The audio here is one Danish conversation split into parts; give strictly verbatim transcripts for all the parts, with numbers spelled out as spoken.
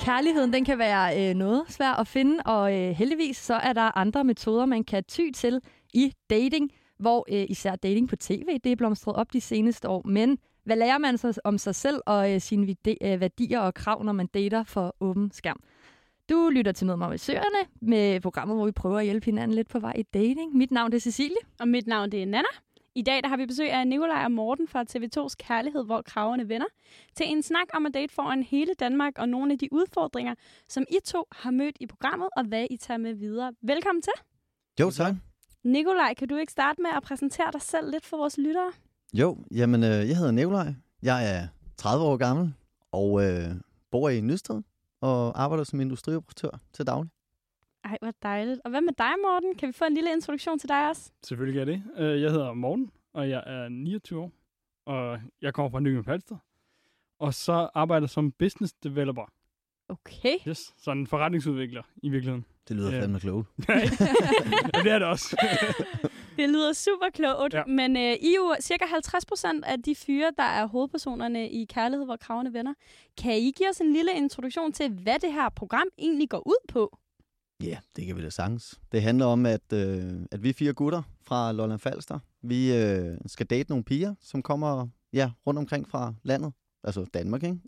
Kærligheden, den kan være øh, noget svær at finde, og øh, heldigvis så er der andre metoder, man kan ty til i dating, hvor øh, især dating på tv, det er blomstret op de seneste år. Men hvad lærer man så om sig selv og øh, sine vide- øh, værdier og krav, når man dater for åben skærm? Du lytter til Mød mig med Søerne, med programmet, hvor vi prøver at hjælpe hinanden lidt på vej i dating. Mit navn det er Cecilie. Og mit navn det er Nana. I dag der har vi besøg af Nikolaj og Morten fra T V to's Kærlighed, hvor kragerne vender, til en snak om at date foran hele Danmark og nogle af de udfordringer, som I to har mødt i programmet, og hvad I tager med videre. Velkommen til. Jo, tak. Nikolaj, kan du ikke starte med at præsentere dig selv lidt for vores lyttere? Jo, jamen, øh, jeg hedder Nikolaj. Jeg er tredive år gammel og øh, bor i Nysted og arbejder som industrioperatør til daglig. Ej, hvor dejligt. Og hvad med dig, Morten? Kan vi få en lille introduktion til dig også? Selvfølgelig er det. Jeg hedder Morten, og jeg er niogtyve år, og jeg kommer fra Nykøbing Falster. Og så arbejder som business developer. Okay. Yes, sådan en forretningsudvikler i virkeligheden. Det lyder Ja. fandme klogt. Ja, det er det også. Det lyder super klogt, Ja. men øh, I er jo cirka halvtreds procent af de fyre, der er hovedpersonerne i Kærlighed, hvor kragerne vender. Kan I give os en lille introduktion til, hvad det her program egentlig går ud på? Ja, det kan vi da sagtens. Det handler om, at, øh, at vi fire gutter fra Lolland Falster, vi øh, skal date nogle piger, som kommer ja, rundt omkring fra landet. Altså Danmark, ikke?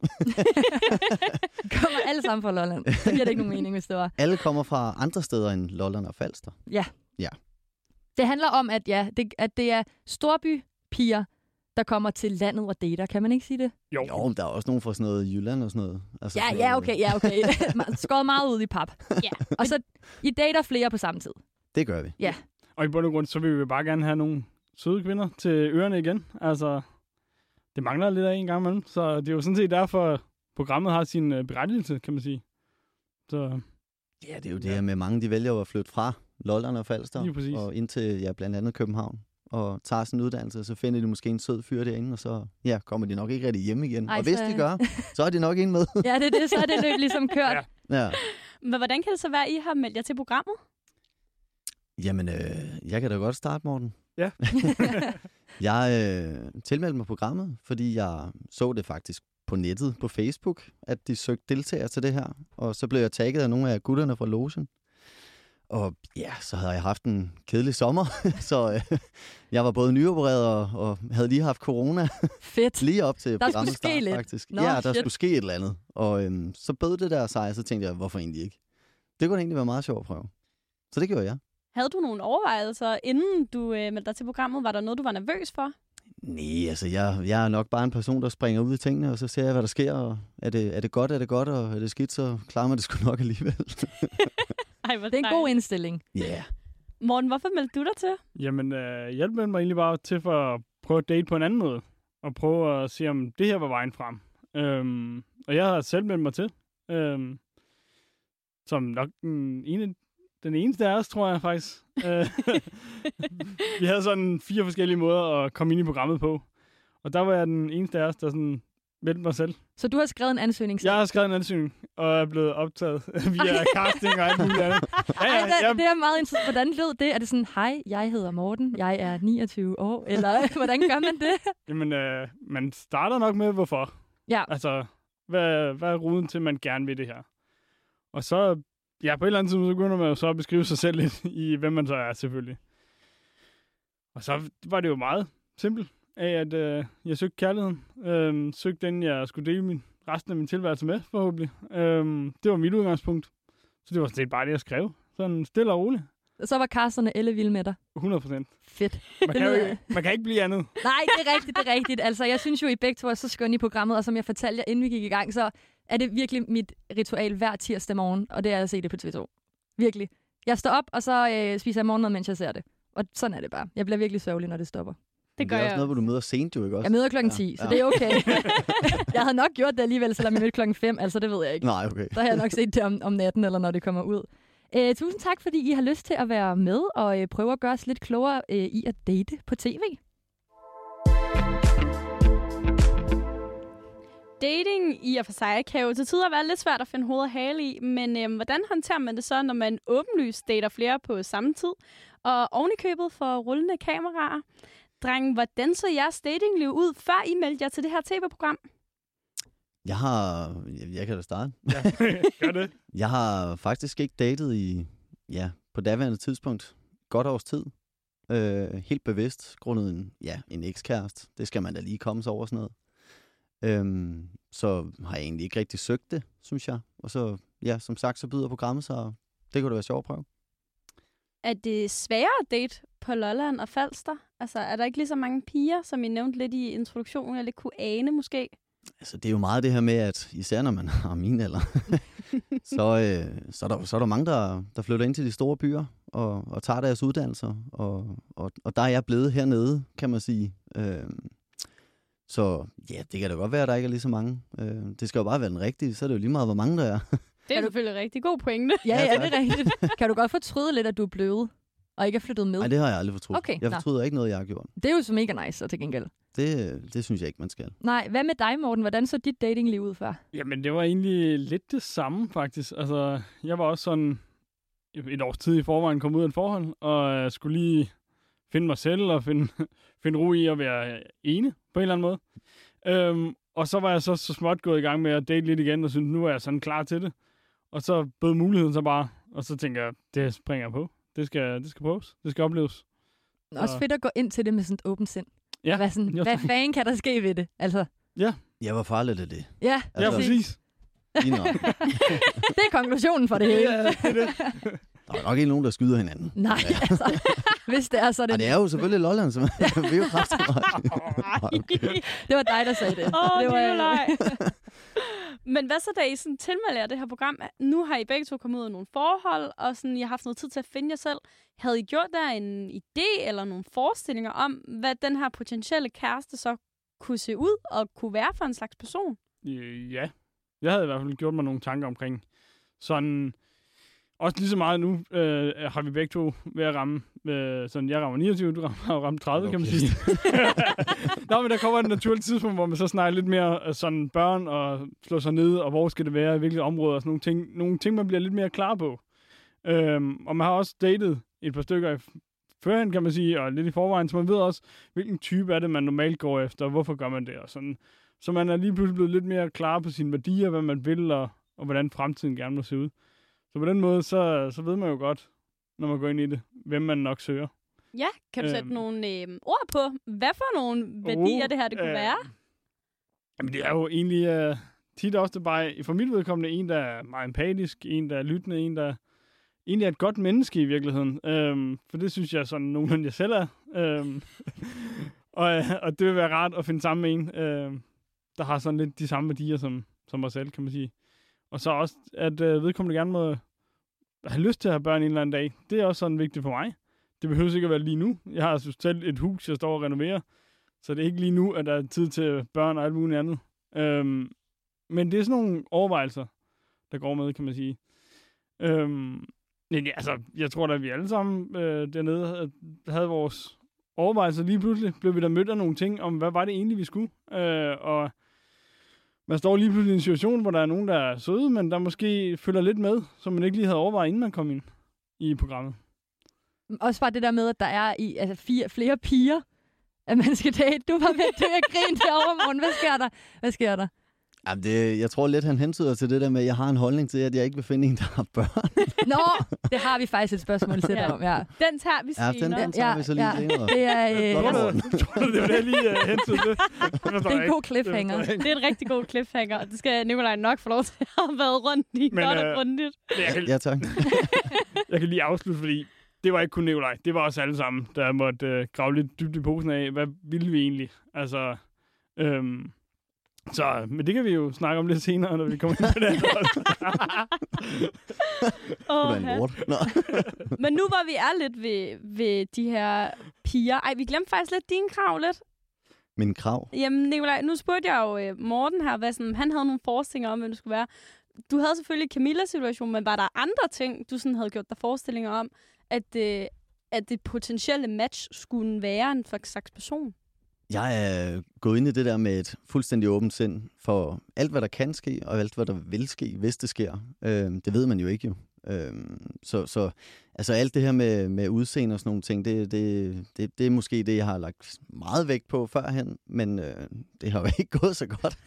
Kommer alle sammen fra Lolland. Så giver det ikke nogen mening, hvis det var. Alle kommer fra andre steder end Lolland og Falster. Ja. Ja. Det handler om, at, ja, det, at det er storbypiger, der kommer til landet og dater. Kan man ikke sige det? Jo. Jo, men der er også nogen fra sådan noget Jylland og sådan noget. Altså, Ja, sådan ja, noget- okay, ja, okay. Skåret meget ud i pap. Ja. Og så, I dater flere på samme tid. Det gør vi. Og i bund og grund, så vil vi bare gerne have nogle søde kvinder til ørerne igen. Altså, det mangler lidt af en gang imellem. Så det er jo sådan set derfor, programmet har sin øh, berettigelse, kan man sige. Så Ja, det er jo det her med mange, de vælger jo at flytte fra Lolland og Falster Lige præcis. og ind til ja, blandt andet København og tager sådan en uddannelse, så finder de måske en sød fyr derinde, og så ja, kommer de nok ikke rigtig hjem igen. Ej, og hvis så- de gør, så er de nok en med. Ja, det er det. Så er det løb ligesom kørt. Ja. Ja. Men hvordan kan det så være, at I har meldt jer til programmet? Jamen, øh, jeg kan da godt starte, Morten. Ja. jeg øh, tilmeldte mig programmet, fordi jeg så det faktisk på nettet, på Facebook, at de søgte deltagere til det her. Og så blev jeg tagget af nogle af gutterne fra logen. Og ja, så havde jeg haft en kedelig sommer, så øh, jeg var både nyopereret og, og havde lige haft corona Fedt. lige op til Der programmet skulle ske start, lidt. faktisk. Nå, ja, der shit. skulle ske et eller andet. Og øhm, så bød det der sig, og så tænkte jeg, hvorfor egentlig ikke? Det kunne da egentlig være meget sjovt at prøve. Så det gjorde jeg. Havde du nogle overvejelser, inden du øh, meldte dig til programmet? Var der noget, du var nervøs for? Nej, altså jeg, jeg er nok bare en person, der springer ud i tingene, og så ser jeg, hvad der sker. Og er, det, er det godt, er det godt, og er det skidt, så klarer man det sgu nok alligevel. Ej, hvor Det er en god indstilling. Ja. yeah. Morten, hvorfor meldte du dig til? Jamen, øh, hjælp mig egentlig bare til for at prøve at date på en anden måde. Og prøve at se, om det her var vejen frem. Øhm, og jeg har selv meldt mig til. Øhm, som nok den, ene, den eneste af os, tror jeg faktisk. Øh, Vi havde sådan fire forskellige måder at komme ind i programmet på. Og der var jeg den eneste af os, der sådan meldte mig selv. Så du har skrevet en ansøgning selv? Jeg har skrevet en ansøgning, og er blevet optaget via casting og alt muligt andet. Ja, Ej, ja, det, jeg, det er meget interessant. Hvordan lød det? Er det sådan, hej, jeg hedder Morten, jeg er niogtyve år, eller hvordan gør man det? Jamen, øh, man starter nok med, hvorfor. Ja. Altså, hvad, hvad er ruden til, at man gerne vil det her? Og så, ja, på et eller andet tidspunkt, så begynder man jo så at beskrive sig selv lidt i, hvem man så er, selvfølgelig. Og så var det jo meget simpelt af, at øh, jeg søgte kærligheden. Øh, søgte den, jeg skulle dele min, resten af min tilværelse med, forhåbentlig. Øh, det var mit udgangspunkt. Så det var sådan set bare det, jeg skrev. Sådan stille og roligt. Så var casterne elle vilde med dig. hundrede procent. Fedt. Man, Det kan jo lyder- ikke, man kan ikke blive andet. Nej, det er rigtigt, det er rigtigt. Altså, jeg synes jo, I begge to er så skønne i programmet, og som jeg fortalte jer, inden vi gik i gang, så er det virkelig mit ritual hver tirsdag morgen, og det er at se det på T V to. Virkelig. Jeg står op, og så øh, spiser jeg morgenmad, mens jeg ser det. Og sådan er det bare. Jeg bliver virkelig sørgelig, når det stopper. Det det gør er også jeg noget, hvor du møder sent jo, ikke også? Jeg møder klokken Ja, ti, så ja. det er okay. Jeg havde nok gjort det alligevel, selvom jeg mødte klokken fem, altså det ved jeg ikke. Nej, okay. Så har jeg nok set det om, om natten, eller når det kommer ud. Øh, tusind tak, fordi I har lyst til at være med og øh, prøve at gøre os lidt klogere øh, i at date på tv. Dating i og for sig kan jo til tider være lidt svært at finde hoved og hale i, men øhm, hvordan håndterer man det så, når man åbenlyst dater flere på samme tid, og ovenikøbet for rullende kameraer? Drenge, hvordan så jeres datingliv ud, før I meldte jer til det her tv-program? Jeg har... Jeg, jeg kan da starte. Ja, gør det. Jeg har faktisk ikke datet i... Ja, på daværende tidspunkt. Godt års tid. Øh, helt bevidst, grundet en, ja, en ekskæreste. Det skal man da lige komme sig over sådan noget. Øhm, så har jeg egentlig ikke rigtig søgt det, synes jeg. Og så, ja, som sagt, så byder programmet, så det kunne da være sjovt at prøve. Er det sværere at date på Lolland og Falster? Altså, er der ikke lige så mange piger, som I nævnte lidt i introduktionen, eller kunne ane måske? Altså, det er jo meget det her med, at især når man har min alder, så, øh, så, er der, så er der mange, der, der flytter ind til de store byer og, og tager deres uddannelser. Og, og, og der er jeg blevet hernede, kan man sige. Øh, så ja, det kan da godt være, at der ikke er lige så mange. Øh, det skal jo bare være den rigtige, så er det jo lige meget, hvor mange der er. Det er selvfølgelig en rigtig god pointe. Ja, ja, det er rigtigt. Kan du godt fortryde lidt, at du er blevet og ikke er flyttet med? Nej, det har jeg aldrig fortrudt. Okay, jeg nå. fortryder ikke noget, jeg har gjort. Det er jo så mega nice, og til gengæld. Det, det synes jeg ikke, man skal. Nej, hvad med dig, Morten? Hvordan så dit datingliv ud før? Jamen, det var egentlig lidt det samme, faktisk. Altså, jeg var også sådan et års tid i forvejen kommet ud af et forhold, og jeg skulle lige finde mig selv og finde, finde ro i at være ene på en eller anden måde. Øhm, og så var jeg så, så småt gået i gang med at date lidt igen, og syntes, nu er jeg sådan klar til det. Og så bød muligheden så bare, og så tænker jeg, det springer jeg på. Det skal, det skal prøves. Det skal opleves. Også fedt at gå ind til det med sådan et åbent sind. Ja. Hvad, sådan, Jo, hvad tak. fanden kan der ske ved det? Altså, Ja, Ja, hvor farligt er det? ja, ja, Altså- præcis. Lige nok. det er konklusionen for det hele. Ja, det er det. Der er nok ikke nogen, der skyder hinanden. Nej, altså, hvis det er så er Og det. det er jo selvfølgelig Lolland, som vi er jo kraftigt. Det var dig, der sagde det. Åh, det det var, var Men hvad så, da I sådan tilmelder jer det her program? Nu har I begge to kommet ud af nogle forhold, og sådan, I har haft noget tid til at finde jer selv. Havde I gjort der en idé eller nogle forestillinger om, hvad den her potentielle kæreste så kunne se ud og kunne være for en slags person? Øh, Ja, jeg havde i hvert fald gjort mig nogle tanker omkring sådan. Også lige så meget nu øh, har vi begge to ved at ramme. Øh, sådan, jeg rammer niogtyve, du rammer, rammer tredive, kan man sige. Nå, men der kommer et naturligt tidspunkt, hvor man så snakker lidt mere øh, sådan børn og slår sig ned, og hvor skal det være, i hvilke områder, og sådan nogle ting. Nogle ting, man bliver lidt mere klar på. Øhm, og man har også datet et par stykker i førhen, kan man sige, og lidt i forvejen, så man ved også, hvilken type er det, man normalt går efter, og hvorfor gør man det, og sådan. Så man er lige pludselig blevet lidt mere klar på sine værdier, hvad man vil, og, og hvordan fremtiden gerne må se ud. Så på den måde, så, så ved man jo godt, når man går ind i det, hvem man nok søger. Ja, kan du sætte Øhm. nogle øh, ord på, hvad for nogle værdier Uh, det her det kunne øh, være? Jamen, det er jo egentlig uh, tit også det bare, for mit vedkommende, en, der er meget empatisk, en, der er lyttende, en, der egentlig er et godt menneske i virkeligheden. Øhm, for det synes jeg sådan nogenlunde, jeg selv er. Øhm, og, og det vil være rart at finde sammen med en, øhm, der har sådan lidt de samme værdier som, som os selv, kan man sige. Og så også, at øh, vedkommende gerne må have lyst til at have børn en eller anden dag. Det er også sådan vigtigt for mig. Det behøver ikke at være lige nu. Jeg har altså selv et hus, jeg står og renoverer. Så det er ikke lige nu, at der er tid til børn og alt muligt andet. Øhm, men det er sådan nogle overvejelser, der går med, kan man sige. Øhm, men ja, altså, jeg tror da, at vi alle sammen øh, dernede havde, havde vores overvejelser. Lige pludselig blev vi der mødt af nogle ting om, hvad var det egentlig, vi skulle. Øh, og man står lige pludselig i en situation, hvor der er nogen, der er søde, men der måske følger lidt med, som man ikke lige havde overvejet, inden man kom ind i programmet. Også bare det der med, at der er i altså fire, flere piger, at man skal date. Du var ved at grine derovre, Morten. Hvad sker der? Hvad sker der? Jamen det, jeg tror lidt, han hentyder til det der med, at jeg har en holdning til, at jeg ikke vil finde en, der har børn. Nå, det har vi faktisk et spørgsmål til dig om, ja. Den tager vi Ja, den, senere. den tager Ja, vi så lige ja. senere. Det er, øh, Godt, altså, Morten. Tror du, det var det, jeg lige uh, hentede til? det er en god cliffhanger. Det er en rigtig god cliffhanger, og det skal Nikolaj nok få lov til at have været rundt i. Men, Godt og øh, grundigt. Jeg kan, Ja, tak. jeg kan lige afslutte, fordi det var ikke kun Nikolaj. Det var os alle sammen, der måtte øh, grave lidt dybt i posen af, hvad ville vi egentlig? Altså, øhm, så, men det kan vi jo snakke om lidt senere, når vi kommer ind på det andet. Det var en lort. Nå. Men nu hvor vi er lidt ved, ved de her piger. Ej, vi glemte faktisk lidt dine krav lidt. Min krav. Jamen, Nikolaj, nu spurgte jeg jo øh, Morten her, hvad sådan, han havde nogle forestillinger om, hvad det skulle være. Du havde selvfølgelig Camillas situation, men var der andre ting, du sådan havde gjort dig forestillinger om, at, øh, at det potentielle match skulle være en slags person? Jeg er gået ind i det der med et fuldstændig åbent sind for alt, hvad der kan ske, og alt, hvad der vil ske, hvis det sker. Øh, det ved man jo ikke jo. Øh, så, så altså alt det her med, med udseende og sådan nogle ting, det, det, det, det er måske det, jeg har lagt meget vægt på førhen, men øh, det har jo ikke gået så godt.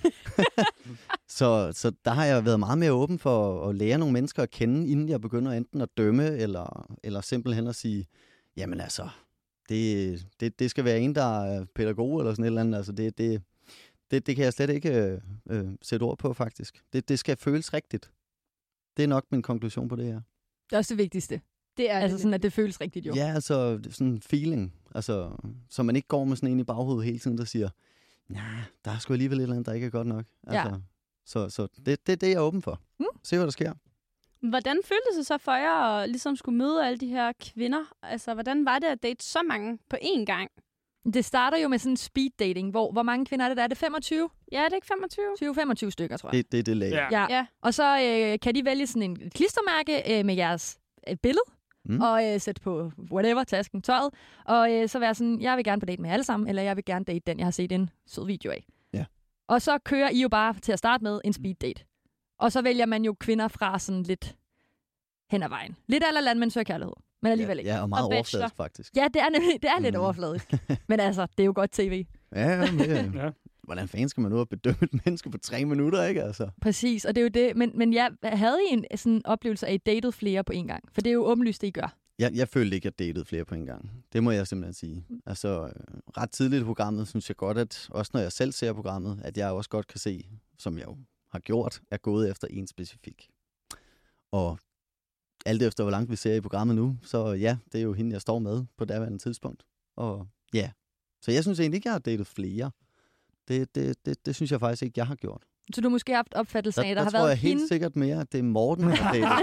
så, så der har jeg været meget mere åben for at lære nogle mennesker at kende, inden jeg begynder enten at dømme, eller, eller simpelthen at sige, jamen altså, det, det, det skal være en, der er pædagog eller sådan et eller andet. Altså det, det, det, det kan jeg slet ikke øh, øh, sætte ord på, faktisk. Det, det skal føles rigtigt. Det er nok min konklusion på det her. Det er også det vigtigste. Det er Altså det sådan, at det føles rigtigt jo. Ja, altså sådan en feeling. Altså, så man ikke går med sådan en i baghovedet hele tiden, der siger, nej, der er sgu alligevel et eller andet, der ikke er godt nok. Altså, Ja. Så, så det, det, det er jeg åben for. Mm. Se, hvad der sker. Hvordan føltes det så for jer at ligesom skulle møde alle de her kvinder? Altså, hvordan var det at date så mange på én gang? Det starter jo med sådan en speed dating, hvor hvor mange kvinder er det der? Er det femogtyve? Ja, er det ikke femogtyve? tyve femogtyve stykker, tror jeg. Det, det er det lag. Ja. Ja. Ja. Og så øh, kan de vælge sådan en klistermærke øh, med jeres øh, billede, Mm. og øh, sætte på whatever, tasken, tøjet, og øh, så være sådan, jeg vil gerne på date med alle sammen, eller jeg vil gerne date den, jeg har set en sød video af. Ja. Og så kører I jo bare til at starte med en speed date. Og så vælger man jo kvinder fra sådan lidt hen ad vejen. Lidt eller landmænd søger kærlighed, men alligevel ja, ikke. ja, og meget Og bachelor. overfladisk, faktisk. Ja, det er, nemlig, det er lidt Mm. overfladisk. Men altså, det er jo godt tv. Ja, men, øh, Ja. hvordan fanden skal man nu at bedømme et menneske på tre minutter, ikke? Altså. Præcis, og det er jo det. Men, men ja, havde I en sådan oplevelse af, at I datede flere på en gang? For det er jo åbenlyst, det I gør. Jeg, jeg følte ikke, at jeg datede flere på en gang. Det må jeg simpelthen sige. Altså, øh, ret tidligt i programmet, synes jeg godt, at også når jeg selv ser programmet, at jeg også godt kan se, som jeg jo har gjort, er gået efter en specifik. Og alt efter, hvor langt vi ser i programmet nu, så ja, det er jo hende, jeg står med på daværende tidspunkt. Og ja, så jeg synes egentlig ikke, jeg har datet flere. Det, det, det, det synes jeg faktisk ikke, jeg har gjort. Så du måske har haft opfattelsen af, Der, at der, der har tror været jeg helt hende. sikkert mere, at det er Morten, der har datet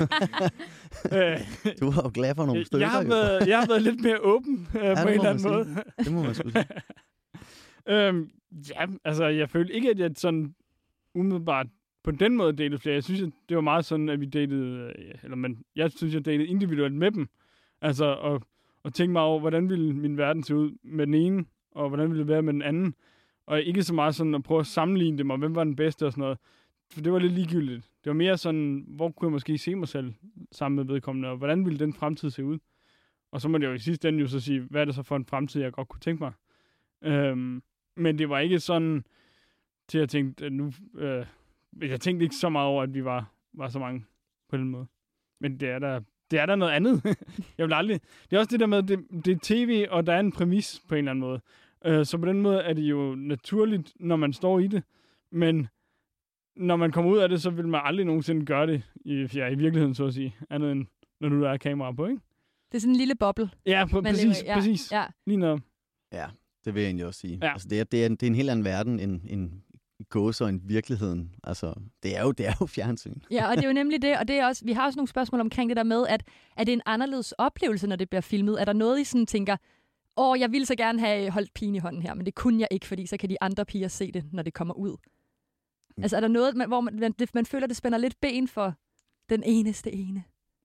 flere. Øh, Du har jo glad for nogle stykker, jeg, har jo. været, jeg har været lidt mere åben øh, Ja, på det en må eller anden man måde. sige. Det må man sgu sige. øhm, ja, altså jeg følte ikke, at jeg sådan umiddelbart på den måde datede flere. Jeg synes, at det var meget sådan, at vi datede, øh, eller man, jeg synes, jeg datede individuelt med dem. Altså, og, og tænke mig over, hvordan ville min verden se ud med den ene, og hvordan ville det være med den anden. Og ikke så meget sådan at prøve at sammenligne dem, og hvem var den bedste og sådan noget. For det var lidt ligegyldigt. Det var mere sådan, hvor kunne jeg måske se mig selv sammen med vedkommende, og hvordan ville den fremtid se ud? Og så må det jo i sidste ende jo så sige, hvad er det så for en fremtid, jeg godt kunne tænke mig? Øhm, men det var ikke sådan, til at tænke, at nu... Øh, jeg tænkte ikke så meget over, at vi var, var så mange på den måde. Men det er der, det er der noget andet. Jeg vil aldrig... Det er også det der med, det, det er tv, og der er en præmis på en eller anden måde. Øh, så på den måde er det jo naturligt, når man står i det. Men når man kommer ud af det, så vil man aldrig nogensinde gøre det i, ja, i virkeligheden, så at sige. Andet end, når nu der er kamera på, ikke? Det er sådan en lille boble. Ja, på, man præcis, lever i. ja, præcis. Ja. Lige noget. Ja, det vil jeg egentlig også sige. Ja. Altså, det, er, det, er, det er en helt anden verden end, end gåser end virkeligheden. Altså, det er jo, det er jo fjernsyn. Ja, og det er jo nemlig det, og det er også, vi har også nogle spørgsmål omkring det der med, at er det en anderledes oplevelse, når det bliver filmet? Er der noget, I sådan tænker, åh, jeg ville så gerne have holdt pigen i hånden her, men det kunne jeg ikke, fordi så kan de andre piger se det, når det kommer ud. Mm. Altså er der noget, man, hvor man, man, det, man føler, det spænder lidt ben for den eneste ene?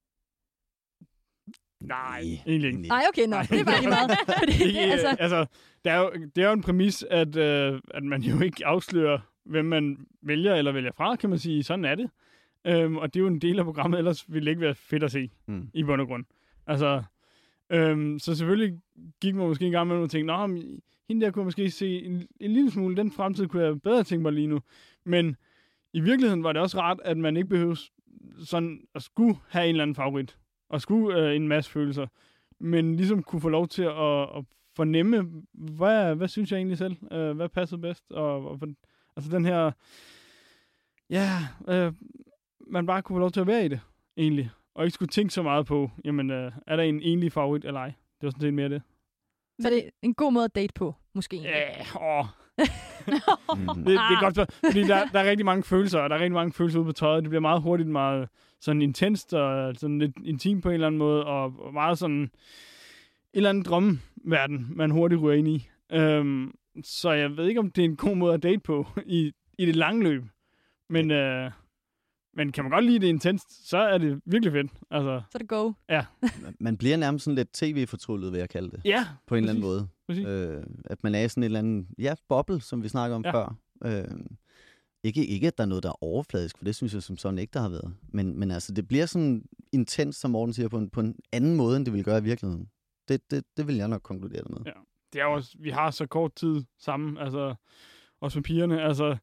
Nej, Nej, egentlig ikke. Nej, okay, nå, det er bare lige meget. Fordi det, Ikke, altså, altså, altså, det, er jo, det er jo en præmis, at, øh, at man jo ikke afslører, hvem man vælger eller vælger fra, kan man sige. Sådan er det. Øhm, og det er jo en del af programmet, ellers ville det ikke være fedt at se Mm. i bund og grund. Altså, øhm, så selvfølgelig gik man måske en gang med og tænkte, nå, men hende der kunne måske se en, en lille smule, den fremtid kunne jeg bedre tænke mig lige nu. Men i virkeligheden var det også rart, at man ikke behøvede sådan at skulle have en eller anden favorit, og skulle øh, en masse følelser, men ligesom kunne få lov til at, at fornemme, hvad, hvad synes jeg egentlig selv, øh, hvad passede bedst, og, og for, altså den her, ja, øh, man bare kunne få lov til at være i det, egentlig, og ikke skulle tænke så meget på, jamen, øh, er der en enlig favorit eller ej? Det var sådan set mere det. så det er en god måde at date på, måske. Ja, åh, Mm. det, det er godt, for- fordi der, der er rigtig mange følelser, og der er rigtig mange følelser ude på tøjet. Det bliver meget hurtigt meget sådan intenst og sådan lidt intimt på en eller anden måde, og og meget sådan en eller anden drømmeverden, man hurtigt ryger ind i. Øhm, så jeg ved ikke, om det er en god måde at date på i, i det lange løb. Men, øh, Men kan man godt lide det intenst, så er det virkelig fedt. Altså, Så er det go. ja. Man bliver nærmest sådan lidt tv-fortryllet, vil jeg kalde det. Ja, På en præcis. eller anden måde. Øh, at man er i sådan en eller anden, ja, boble, som vi snakker om Ja. før. Øh, ikke, ikke, at der er noget, der er overfladisk, for det synes jeg som sådan ikke, der har været. Men, men altså, det bliver sådan intens, som Morten siger, på en, på en anden måde, end det ville gøre i virkeligheden. Det, det, det vil jeg nok konkludere med. Ja. Det er også, vi har så kort tid sammen, altså også med pigerne, altså,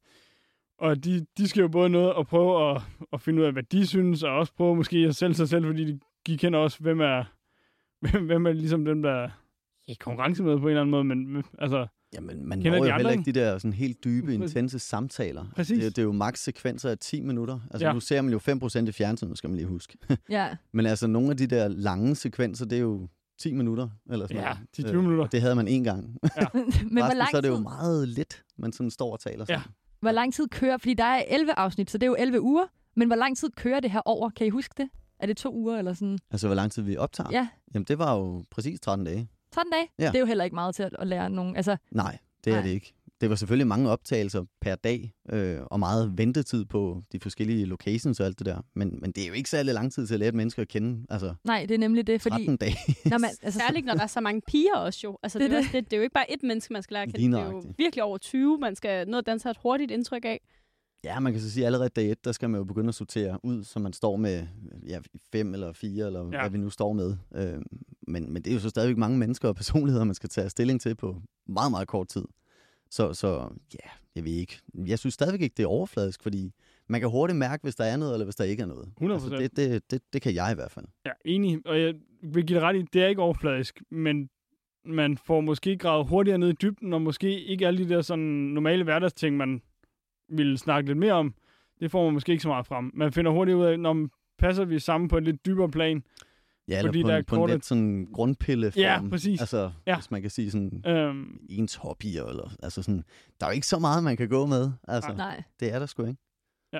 og de, de skal jo både noget at prøve at, at finde ud af, hvad de synes, og også prøve måske at sælge sig selv, fordi de, de kender også, hvem er, hvem, hvem er ligesom dem, der er i konkurrence med på en eller anden måde, men altså... Jamen, man Kender når de jo heller andre, ikke de der sådan helt dybe, Præcis. intense samtaler. Præcis. Det, det er jo maks sekvenser af ti minutter. Altså, Ja. nu ser man jo fem procent i fjernsynet, skal man lige huske. Ja. Men altså, nogle af de der lange sekvenser, det er jo ti minutter, eller sådan Ja, noget. ti til tyve minutter. Og det havde man én gang. Men hvor Resten, lang så er det jo tid, meget lidt, man sådan står og taler sammen. hvor lang tid kører... Fordi der er elleve afsnit, så det er jo elleve uger. Men hvor lang tid kører det her over? Kan I huske det? Er det to uger eller sådan? Altså, hvor lang tid vi optager? Ja, Jamen, det var jo præcis tretten dage. tretten dage. Ja. Det er jo heller ikke meget til at, at lære nogen. Altså, Nej, det er Nej. det ikke. Det var selvfølgelig mange optagelser per dag, øh, og meget ventetid på de forskellige locations og alt det der. Men, men det er jo ikke særlig lang tid til at lære et menneske at kende. Altså, nej, det er nemlig det, fordi... tretten dage. Når man, altså, Særligt, når der er så mange piger også jo. Altså, det, Det det, er er også det. det er jo ikke bare ét menneske, man skal lære at Lige kende. Det er jo nøjagtigt. virkelig over tyve. Man skal noget danse have et hurtigt indtryk af. Ja, man kan så sige, at allerede dag et, der skal man jo begynde at sortere ud, så man står med ja, fem eller fire, eller ja. Ja. hvad vi nu står med. Øh, men, men det er jo så stadigvæk mange mennesker og personligheder, man skal tage stilling til på meget, meget kort tid. Så, så ja, jeg ved ikke. Jeg synes stadigvæk ikke, det er overfladisk, fordi man kan hurtigt mærke, hvis der er noget, eller hvis der ikke er noget. hundrede procent. Altså, det, det, det, det kan jeg i hvert fald. Ja, enig. Og jeg vil give dig ret i, det er ikke overfladisk, men man får måske gravet hurtigere ned i dybden, og måske ikke alle de der sådan normale hverdagsting, man ville snakke lidt mere om, det får man måske ikke så meget frem. Man finder hurtigt ud af, når man passer vi sammen på et lidt dybere plan. Ja, eller Fordi på, der er en, på en korte- lidt sådan grundpilleform. Ja, præcis. Altså, Ja. hvis man kan sige sådan, Øhm, ens hobbyer, eller altså sådan, der er jo ikke så meget, man kan gå med. Altså, nej. det er der sgu ikke.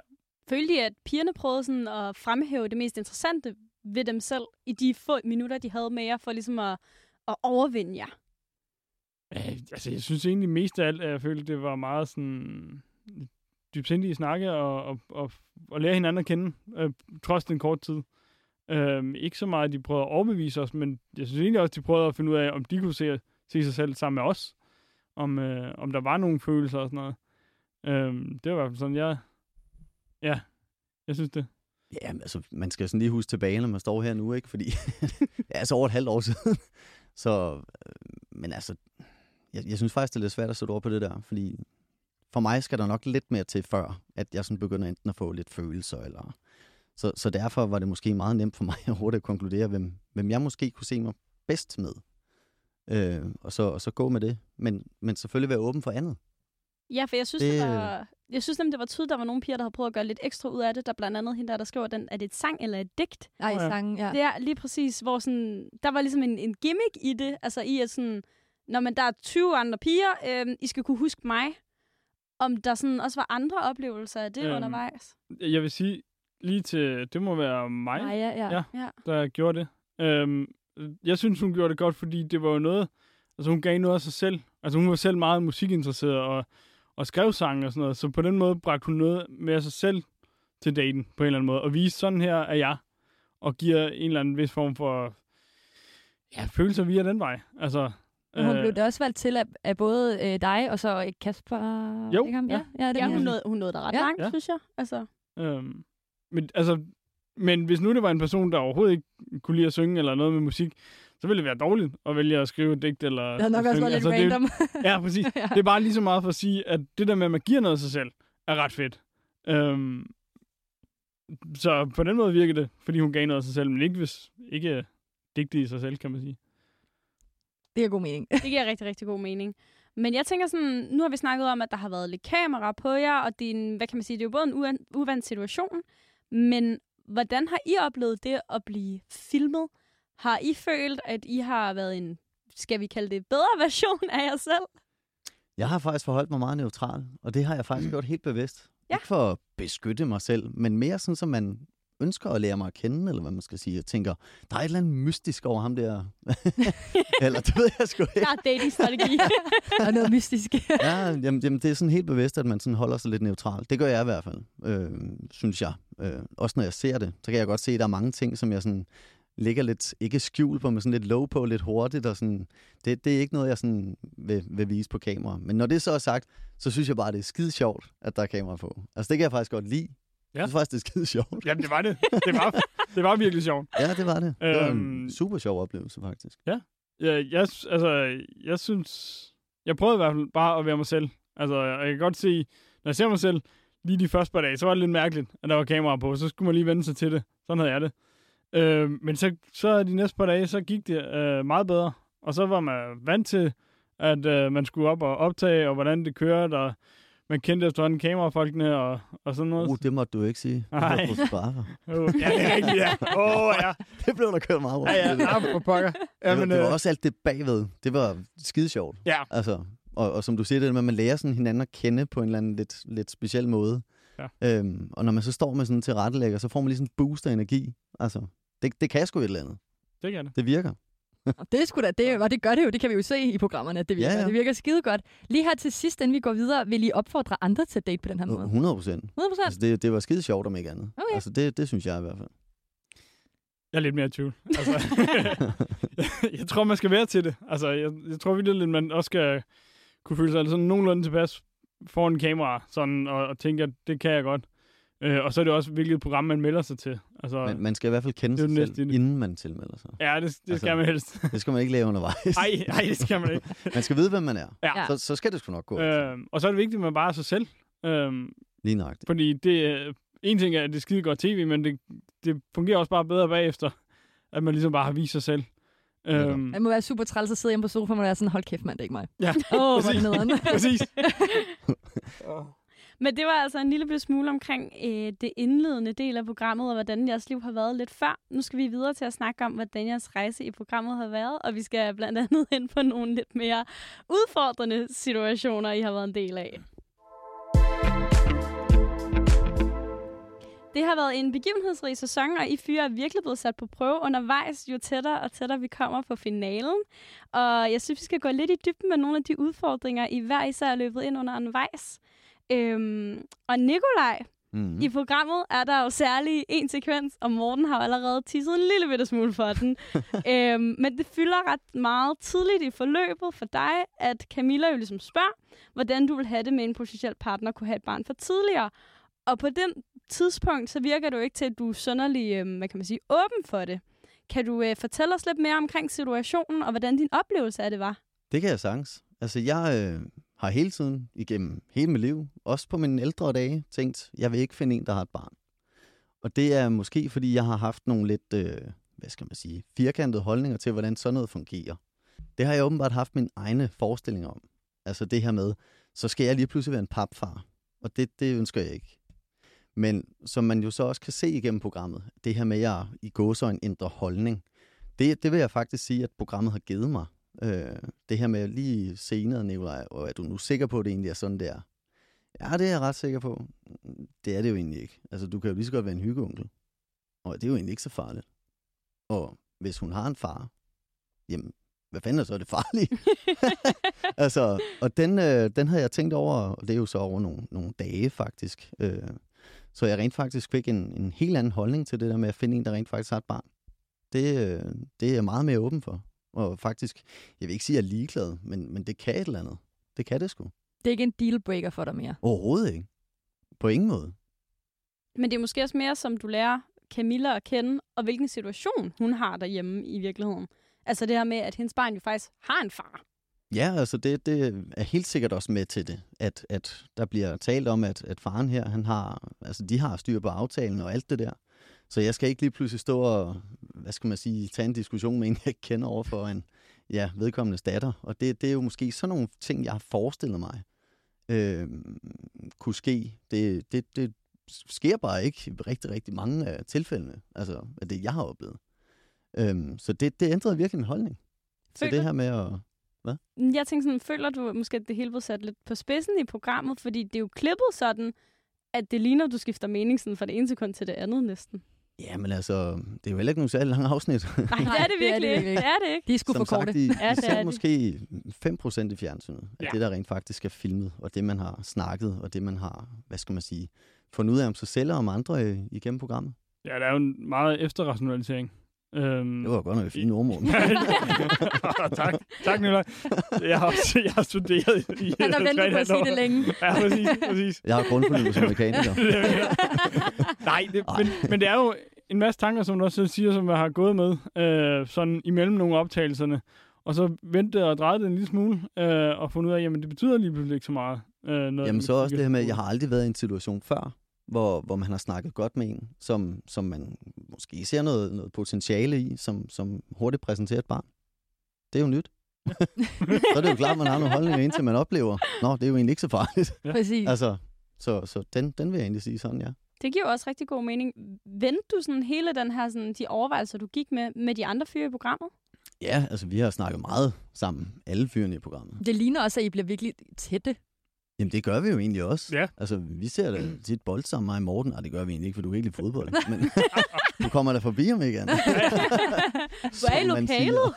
Følte de, at pigerne prøvede sådan at fremhæve det mest interessante ved dem selv i de få minutter, de havde med jer, for ligesom at, at overvinde jer? øh, altså, jeg synes egentlig mest af alt, at jeg følte, det var meget sådan dybsindige snakke og, og, og, og lære hinanden at kende, øh, trods den kort tid. Øhm, ikke så meget, at de prøvede at overbevise os, men jeg synes egentlig også, at de prøvede at finde ud af, om de kunne se, se sig selv sammen med os. Om, øh, om der var nogle følelser og sådan noget. Øhm, det var i hvert fald sådan, jeg... Ja, jeg synes det. Ja, men altså, man skal sådan lige huske tilbage, når man står her nu, ikke? Fordi det er altså over et halvt år siden. Så, øh, men altså, jeg, jeg synes faktisk, det er lidt svært at sætte ord på det der, fordi for mig skal der nok lidt mere til, før at jeg sådan begynder enten at få lidt følelser, eller... Så, så derfor var det måske meget nemt for mig at hurtigt at konkludere, hvem, hvem jeg måske kunne se mig bedst med. Øh, og, så, og så gå med det. Men, men selvfølgelig være åben for andet. Ja, for jeg synes, Det- det... det var, jeg synes nemlig, det var tydeligt, der var nogle piger, der havde prøvet at gøre lidt ekstra ud af det. Der er blandt andet hende der, der skriver, den, er det et sang eller et digt? Nej, Nå ja. sangen, ja. Det er lige præcis, hvor sådan, der var ligesom en, en gimmick i det. Altså i at sådan, når man der er tyve andre piger, øh, I skal kunne huske mig. Om der sådan også var andre oplevelser af det Øhm, øhm. undervejs. Jeg vil sige, lige til... Det må være mig, Nej, ja, ja. Ja. Ja. der gjorde det. Øhm, jeg synes, hun gjorde det godt, fordi det var jo noget... Altså, hun gav noget af sig selv. Altså, hun var selv meget musikinteresseret og, og skrev sange og sådan noget. Så på den måde bragte hun noget med af sig selv til daten, på en eller anden måde. Og viste, sådan her er jeg. Og giver en eller anden vis form for... Ja, følelser via den vej. Altså... Men hun øh, blev da også valgt til af, af både øh, dig og så øh, Kasper. Jo, Ikke ham? ja. Ja, ja, det Ja, er hun han. nåede, hun nåede da ret Ja. ja. langt, Ja. synes jeg. Altså, Øhm, men, altså, men hvis nu det var en person, der overhovedet ikke kunne lide at synge eller noget med musik, så ville det være dårligt at vælge at skrive et digt. Eller Det havde nok at også været synge. lidt Altså, det- random. Ja, præcis. Ja. Det er bare lige så meget for at sige, at det der med, at man giver noget af sig selv, er ret fedt. Øhm, så på den måde virker det, fordi hun gav noget af sig selv, men ikke hvis ikke digte i sig selv, kan man sige. Det er god mening. det giver rigtig, rigtig god mening. Men jeg tænker sådan, nu har vi snakket om, at der har været lidt kamera på jer, og det er en, hvad kan man sige, det er jo både en uvan- uvandt situation, men hvordan har I oplevet det at blive filmet? Har I følt, at I har været en, skal vi kalde det, bedre version af jer selv? Jeg har faktisk forholdt mig meget neutral, og det har jeg faktisk gjort helt bevidst. Ja. Ikke for at beskytte mig selv, men mere sådan, så man ønsker at lære mig at kende, eller hvad man skal sige. Jeg tænker, der er et eller andet mystisk over ham der. Eller det ved jeg sgu ikke. Der er dating-strategi. Der er noget mystisk. Ja, jamen, jamen, det er sådan helt bevidst, at man sådan holder sig lidt neutral. Det gør jeg i hvert fald, øh, synes jeg. Øh, også når jeg ser det, så kan jeg godt se, at der er mange ting, som jeg sådan ligger lidt, ikke skjul på, men sådan lidt low på, lidt hurtigt. Og sådan, det, det er ikke noget, jeg sådan vil, vil vise på kamera. Men når det så er sagt, så synes jeg bare, det er skide sjovt, at der er kamera på. Altså det kan jeg faktisk godt lide. Ja. Jeg synes faktisk, det er skide sjovt. Jamen, det var det. Det var, det var virkelig sjovt. Ja, det var det. Det var Øhm, en super sjov oplevelse, faktisk. Ja, jeg, altså, jeg synes... Jeg prøvede i hvert fald bare at være mig selv. Altså, jeg kan godt se, når jeg ser mig selv, lige de første par dage, så var det lidt mærkeligt, at der var kamera på. Så skulle man lige vende sig til det. Sådan havde jeg det. Øh, men så, så de næste par dage, så gik det øh, meget bedre. Og så var man vant til, at øh, man skulle op og optage, og hvordan det kørte, og man kendte efterhånden kamerafolkene og, og sådan noget. Uh, det måtte du ikke sige. Nej. Det var for. Uh, ja, det er rigtigt, ja. Åh, oh, ja. Det blev der kørt meget rundt. Ja, ja, ja, for pokker. Ja, det, var, men, det var øh, også alt det bagved. Det var skide sjovt. Ja. Altså, og, og som du siger, det med, at man lærer sådan hinanden at kende på en eller anden lidt, lidt speciel måde. Ja. Øhm, og når man så står med sådan en tilrettelægger, så får man lige sådan en boost af energi. Altså, det, det kan sgu et eller andet. Det kan det. Det virker. Og det, er sgu da, det, og det gør det jo, det kan vi jo se i programmerne, at det virker. Ja, ja. Det virker skide godt. Lige her til sidst, inden vi går videre, vil I opfordre andre til at date på den her måde? hundrede procent. hundrede procent? Altså, det, det var skide sjovt om ikke andet. Okay. Altså, det, det synes jeg i hvert fald. Jeg er lidt mere i tvivl. Altså, jeg tror, man skal være til det. Altså, jeg, jeg tror virkelig, at man også skal kunne føle sig sådan nogenlunde tilpas foran kamera, sådan, og, og tænke, at det kan jeg godt. Øh, og så er det også hvilket program, man melder sig til. Altså, Man, man skal i hvert fald kende det er sig jo selv, næsten- inden man tilmelder sig. ja, det, det Altså, skal man helst. Det skal man ikke lave undervejs. Nej, nej, det skal man ikke. Man skal vide, hvem man er. Ja. Så, så skal det sgu nok gå. Øh, og så er det vigtigt, at man bare er sig selv. Øh, Lige nøjagtigt. fordi det, øh, en ting er, at det er skide godt tv, men det, det fungerer også bare bedre bagefter, at man ligesom bare har vist sig selv. Netop. Øhm, Det må være super træls at sidde hjemme på sofaen, og være sådan, hold kæft mand, det er ikke mig. ja, Åh, oh, hvor er præcis. det nederen. præcis. Men det var altså en lille smule omkring øh, det indledende del af programmet, og hvordan jeres liv har været lidt før. Nu skal vi videre til at snakke om, hvordan jeres rejse i programmet har været, og vi skal blandt andet ind på nogle lidt mere udfordrende situationer, I har været en del af. Det har været en begivenhedsrig sæson, og I fyre er virkelig blevet sat på prøve undervejs, jo tættere og tættere vi kommer på finalen. Og jeg synes, vi skal gå lidt i dybden med nogle af de udfordringer, I hver især er løbet ind under undervejs. Øhm, og Nikolaj, Mm-hmm. i programmet er der jo særlig en sekvens, og Morten har jo allerede tisset en lille bitte smule for den. øhm, men det fylder ret meget tidligt i forløbet for dig, at Camilla jo ligesom spørger, hvordan du vil have det med en potentiel partner kunne have et barn for tidligere. Og på den tidspunkt, så virker det jo ikke til, at du er sønderlig, øh, hvad kan man sige, åben for det. Kan du øh, fortælle os lidt mere omkring situationen, og hvordan din oplevelse af det var? Det kan jeg sagtens. Altså, jeg øh, har hele tiden, igennem hele mit liv, også på mine ældre dage, tænkt, jeg vil ikke finde en, der har et barn. Og det er måske, fordi jeg har haft nogle lidt, øh, hvad skal man sige, firkantede holdninger til, hvordan sådan noget fungerer. Det har jeg åbenbart haft mine egne forestillinger om. Altså det her med, så skal jeg lige pludselig være en papfar. Og det, det ønsker jeg ikke. Men som man jo så også kan se igennem programmet, det her med, at jeg i gåseøjne ændrer holdning, det, det vil jeg faktisk sige, at programmet har givet mig. Øh, det her med lige senere, Nikolaj, og er du nu sikker på, at det egentlig er sådan, det er? Ja, det er jeg ret sikker på. Det er det jo egentlig ikke. Altså, du kan jo lige så godt være en hyggeonkel. Og det er jo egentlig ikke så farligt. Og hvis hun har en far, jamen, hvad fanden er så det farlige? altså, og den, øh, den havde jeg tænkt over, og det er jo så over nogle, nogle dage faktisk. Øh, så jeg rent faktisk fik en, en helt anden holdning til det der med at finde en, der rent faktisk har et barn. Det, øh, det er jeg meget mere åben for. Og faktisk, jeg vil ikke sige, at jeg er ligeglad, men, men det kan et eller andet. Det kan det sgu. Det er ikke en dealbreaker for dig mere. Overhovedet ikke. På ingen måde. Men det er måske også mere, som du lærer Camilla at kende, og hvilken situation hun har derhjemme i virkeligheden. Altså det her med, at hendes barn jo faktisk har en far. Ja, altså det, det er helt sikkert også med til det, at, at der bliver talt om, at, at faren her, han har, altså de har styr på aftalen og alt det der. Så jeg skal ikke lige pludselig stå og, hvad skal man sige, tage en diskussion med en, jeg ikke kender over for en ja, vedkommendes datter. Og det, det er jo måske sådan nogle ting, jeg har forestillet mig øh, kunne ske. Det, det, det sker bare ikke i rigtig, rigtig mange af tilfældene, altså af det, jeg har oplevet. Øhm, så det, det ændrede virkelig min holdning. Føler, så det her med at... Hvad? Jeg tænker sådan, føler du måske, at det hele blev sat lidt på spidsen i programmet, fordi det er jo klippet sådan, at det ligner, at du skifter mening sådan fra det ene sekund til det andet næsten. Ja, men altså, det er jo heller ikke nogen særlig lange afsnit. Nej, det er det virkelig ikke. Det er det ikke. De skulle Som forkorte. sagt, de, Ja, de det er ser de. måske fem procent i fjernsynet af Ja. det, der rent faktisk er filmet, og det, man har snakket, og det, man har, hvad skal man sige, fundet ud af om sig selv og om andre øh, igennem programmet. Ja, der er jo en meget efterrationalisering. Øhm, Det var godt nok et fint ordmål. tak, tak Nicolaj. Jeg har, også, jeg har studeret i Han har ventet på at sige det længe. Ja, præcis, præcis. Jeg har grundforløbet som mekaniker. Nej, det, men, men det er jo en masse tanker, som du også siger, som jeg har gået med, øh, sådan imellem nogle optagelserne. Og så ventede og drejede det en lille smule, øh, og fundet ud af, jamen det betyder lige pludselig ikke så meget. Øh, noget Jamen så også det her med, at jeg har aldrig været i en situation før, hvor, hvor man har snakket godt med en, som, som man måske ser noget, noget potentiale i, som, som hurtigt præsenterer et barn. Det er jo nyt. Så er det jo klart, at man har nogle holdninger, indtil man oplever, nå, det er jo egentlig ikke så farligt. Ja. Præcis. Altså, så, så den, den vil jeg egentlig sige sådan, ja. Det giver jo også rigtig god mening. Vendte du sådan hele den her, sådan, de overvejelser, du gik med, med de andre fyre i programmet? Ja, altså vi har snakket meget sammen, alle fyrene i programmet. Det ligner også, at I bliver virkelig tætte. Jamen det gør vi jo egentlig også. Ja. Altså vi ser da tit bold sammen mig i Morten, og det gør vi egentlig ikke, for du er ikke lide fodbold. Men du kommer der forbi om ikke andet. Hvor er I lokalet?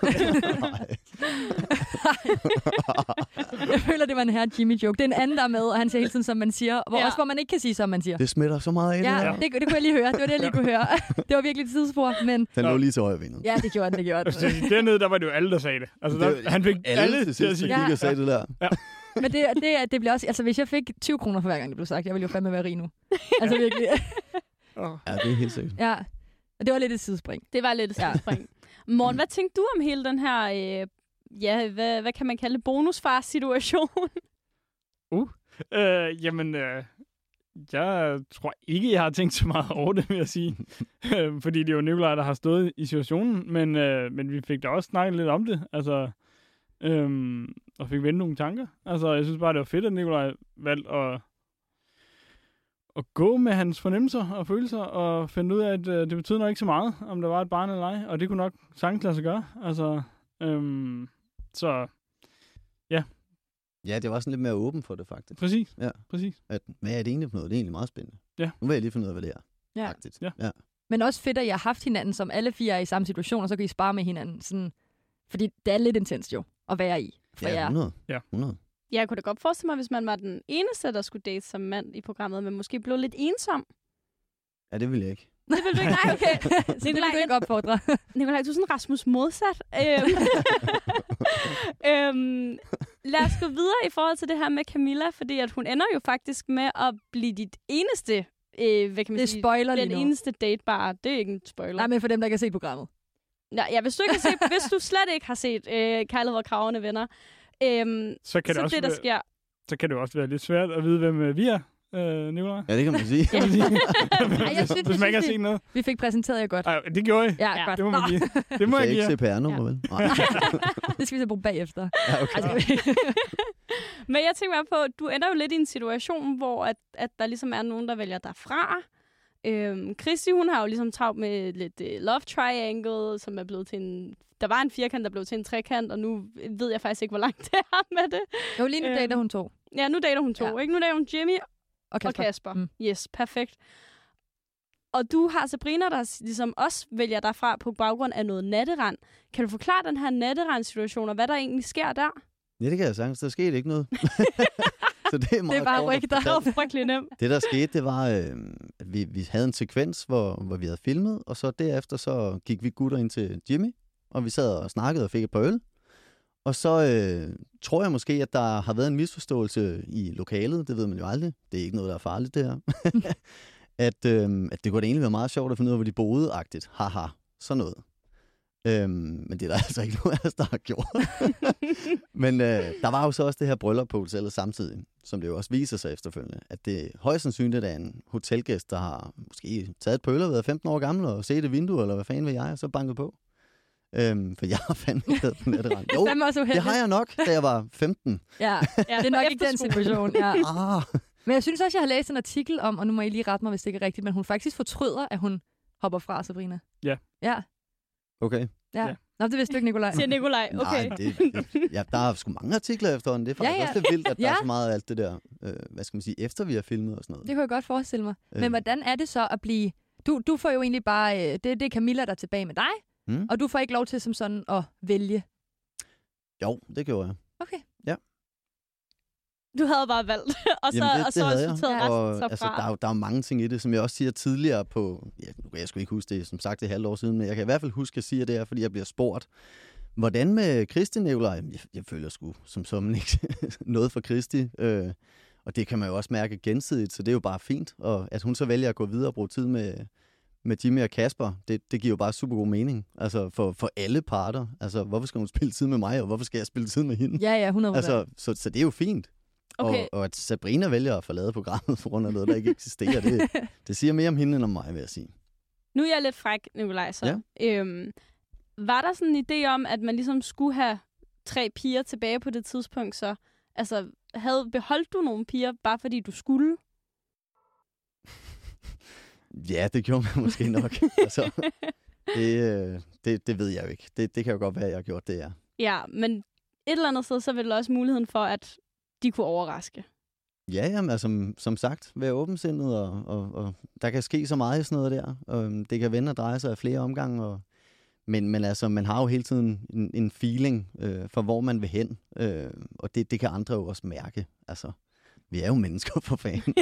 Jeg føler, det var en her Jimmy-joke. Det er en anden, der er med, og han siger hele tiden, som man siger. Hvor Ja. også hvor man ikke kan sige, som man siger. Det smitter så meget af Ja, det her. det, det kunne jeg lige høre. Det var det, jeg lige kunne høre. Det var virkelig et tidsspor, men Den lå lige til højre benet. ja, det gjorde den, det gjorde den. Altså, dernede, der var det jo alle, der sagde det. Altså, Det der, var- han fik alle, Alle til til at sidst sige, gik Ja. og sagde det der. Men det, det, det bliver også... Altså, hvis jeg fik tyve kroner for hver gang, det blev sagt, jeg ville jo fandme være rig nu. Altså virkelig. Åh. Ja, det er helt sikkert. Ja. Og det var lidt et sidespring. Det var lidt et Ja. spring. Morten, hvad tænkte du om hele den her, øh, ja, hvad, hvad kan man kalde det, bonusfar-situation? Øh, jamen, øh, jeg tror ikke, jeg har tænkt så meget over det, vil jeg sige. Øh, Fordi det er jo Nicolaj, der har stået i situationen, men, øh, men vi fik da også snakket lidt om det, altså, øhm, og fik vendt nogle tanker. Altså, jeg synes bare, det var fedt, at Nicolaj valgte at, at gå med hans fornemmelser og følelser, og finde ud af, at øh, det betyder nok ikke så meget, om der var et barn eller ej, og det kunne nok sagtens lade sig gøre. Altså, øhm, så Ja, det var sådan lidt mere åben for det, faktisk. præcis, Ja. præcis. At, hvad er det egentlig for noget? Det er egentlig meget spændende. Ja. Nu vil jeg lige finde ud af, hvad det er. Ja. Faktisk. Ja. ja. Men også fedt, at I har haft hinanden, som alle fire er i samme situation, og så kan I spare med hinanden. Sådan, fordi det er lidt intenst jo, at være i. For Ja, jer. hundrede. Ja. hundrede. Jeg kunne da godt forestille mig, hvis man var den eneste, der skulle date som mand i programmet, men måske blev lidt ensom. Ja, det vil jeg ikke. Det vil du ikke? Nej, okay. Så det vil du ikke opfordre. Nicolaj, du er sådan Rasmus modsat. Øhm, øhm, lad os gå videre i forhold til det her med Camilla, fordi at hun ender jo faktisk med at blive dit eneste, øh, hvad kan man Det sige, spoiler lige den nu. eneste datebar. Det er ikke en spoiler. Nej, men for dem, der ikke har set programmet. Ja, ja, hvis du ikke har set, hvis du slet ikke har set øh, Kejlighed, hvor kragerne vender, øhm, Så kan, så det også det, der være, sker... så kan det også være lidt svært at vide, hvem øh, vi er, øh, Nicolaj. Ja, det kan man sige. Kan man sige. Ej, jeg synes, Hvis man ikke har synes, set noget. Vi fik præsenteret jer godt. Ej, det gjorde I. Ja, Ja, godt. Det må man Nå, give. Det må Så jeg ikke give. C P R-nummer, vel? Nej. det skal vi så bruge bagefter. Ja, okay. Altså, Men jeg tænker bare på, at du ender jo lidt i en situation, hvor at, at der ligesom er nogen, der vælger dig fra. Øhm, Christy, hun har jo ligesom travlt med lidt uh, love triangle, som er blevet til en... Der var en firkant, der blev til en trekant, og nu ved jeg faktisk ikke, hvor langt det er med det. jo, lige nu Øhm, dater hun to. Ja, nu dater hun to, Ja. ikke? Nu dater hun Jimmy Og Kasper. og Kasper. Mm. Mm. Yes, perfekt. Og du har Sabrina, der s- ligesom også vælger dig fra på baggrund af noget natterand. Kan du forklare den her natterand-situation, og hvad der egentlig sker der? Ja, det kan jeg sagtens. Der skete ikke noget. Så det er meget Det er bare kort rygter. fortalt. Det var frygtelig nemt. Det, der skete, det var, øh, at vi, vi havde en sekvens, hvor, hvor vi havde filmet, og så derefter så gik vi gutter ind til Jimmy, og vi sad og snakkede og fik et par øl. Og så øh, tror jeg måske, at der har været en misforståelse i lokalet. Det ved man jo aldrig. Det er ikke noget, der er farligt, det her. at, øh, at det kunne da egentlig være meget sjovt at finde ud af, hvor de boede-agtigt. Haha, sådan noget. Øhm, men det er der altså ikke nogen af os, der har gjort. Men øh, der var jo så også det her bryllup på hotellet samtidig, som det jo også viser sig efterfølgende, at det højst sandsynligt er en hotelgæst, der har måske taget et på øl og været femten år gammel og set et vindue, eller hvad fanden vil jeg, og så banket på. Øhm, for jeg har fandme været på natterand. Jo, Fandme også det uheldigt. har jeg nok, da jeg var femten. Ja, det er nok ikke den Efterskole. situation. Ja. Ah, Men jeg synes også, jeg har læst en artikel om, og nu må I lige rette mig, hvis det ikke er rigtigt, men hun faktisk fortryder, at hun hopper fra, Sabrina. Ja. Ja. okay. Ja. Ja. Nå, det vidste du ikke, Nicolaj. Siger Nikolaj. Okay. Nej, det, det, ja, der er sgu mange artikler efterhånden. Det er faktisk Ja, ja. også lidt vildt, at der Ja. er så meget af alt det der, øh, hvad skal man sige, efter vi har filmet og sådan noget. Det kunne jeg godt forestille mig. Men Øhm. hvordan er det så at blive Du, du får jo egentlig bare... Øh, det, det er Camilla, der er tilbage med dig, Mm. og du får ikke lov til som sådan at vælge. Jo, det gjorde jeg. Okay. Du havde bare valgt, og så, Jamen, det, og så det havde sorteret jeg. resten Og, så altså, fra. der, er jo- der er jo mange ting i det, som jeg også siger tidligere på... Ja, nu kan jeg sgu ikke huske det, som sagt, det er halvt år siden, men jeg kan i hvert fald huske, at jeg siger det her, fordi jeg bliver spurgt. Hvordan med Kristi, Nicolaj? Jeg, jeg føler sgu som sådan ikke noget for Kristi. Øh, og det kan man jo også mærke gensidigt, så det er jo bare fint. Og at hun så vælger at gå videre og bruge tid med, med Jimmy og Kasper, det, det giver jo bare super god mening. Altså for, for alle parter. Altså, hvorfor skal hun spille tid med mig, og hvorfor skal jeg spille tid med hende? Ja, ja, hundrede procent. Altså, så, så det er jo fint. Okay. Og, og at Sabrina vælger at forlade programmet på grund af noget, der ikke eksisterer, det, det siger mere om hende end om mig, vil jeg sige. Nu er jeg lidt fræk, Nicolaj, så. Ja. Øhm, var der sådan en idé om, at man ligesom skulle have tre piger tilbage på det tidspunkt, så? Altså, havde, beholdt du nogle piger, bare fordi du skulle? Ja, det gjorde man måske nok. altså, det, øh, det, det ved jeg jo ikke. Det, det kan jo godt være, at jeg har gjort det, ja. Ja, men et eller andet sted, så er vel også muligheden for, at de kunne overraske. Ja, jamen, altså, som sagt, være åbensindet, og, og, og der kan ske så meget i sådan noget der. Og, øhm, det kan vende og dreje sig af flere omgange, og, men, men altså, man har jo hele tiden en, en feeling øh, for, hvor man vil hen, øh, og det, det kan andre jo også mærke. Altså, vi er jo mennesker for fanden.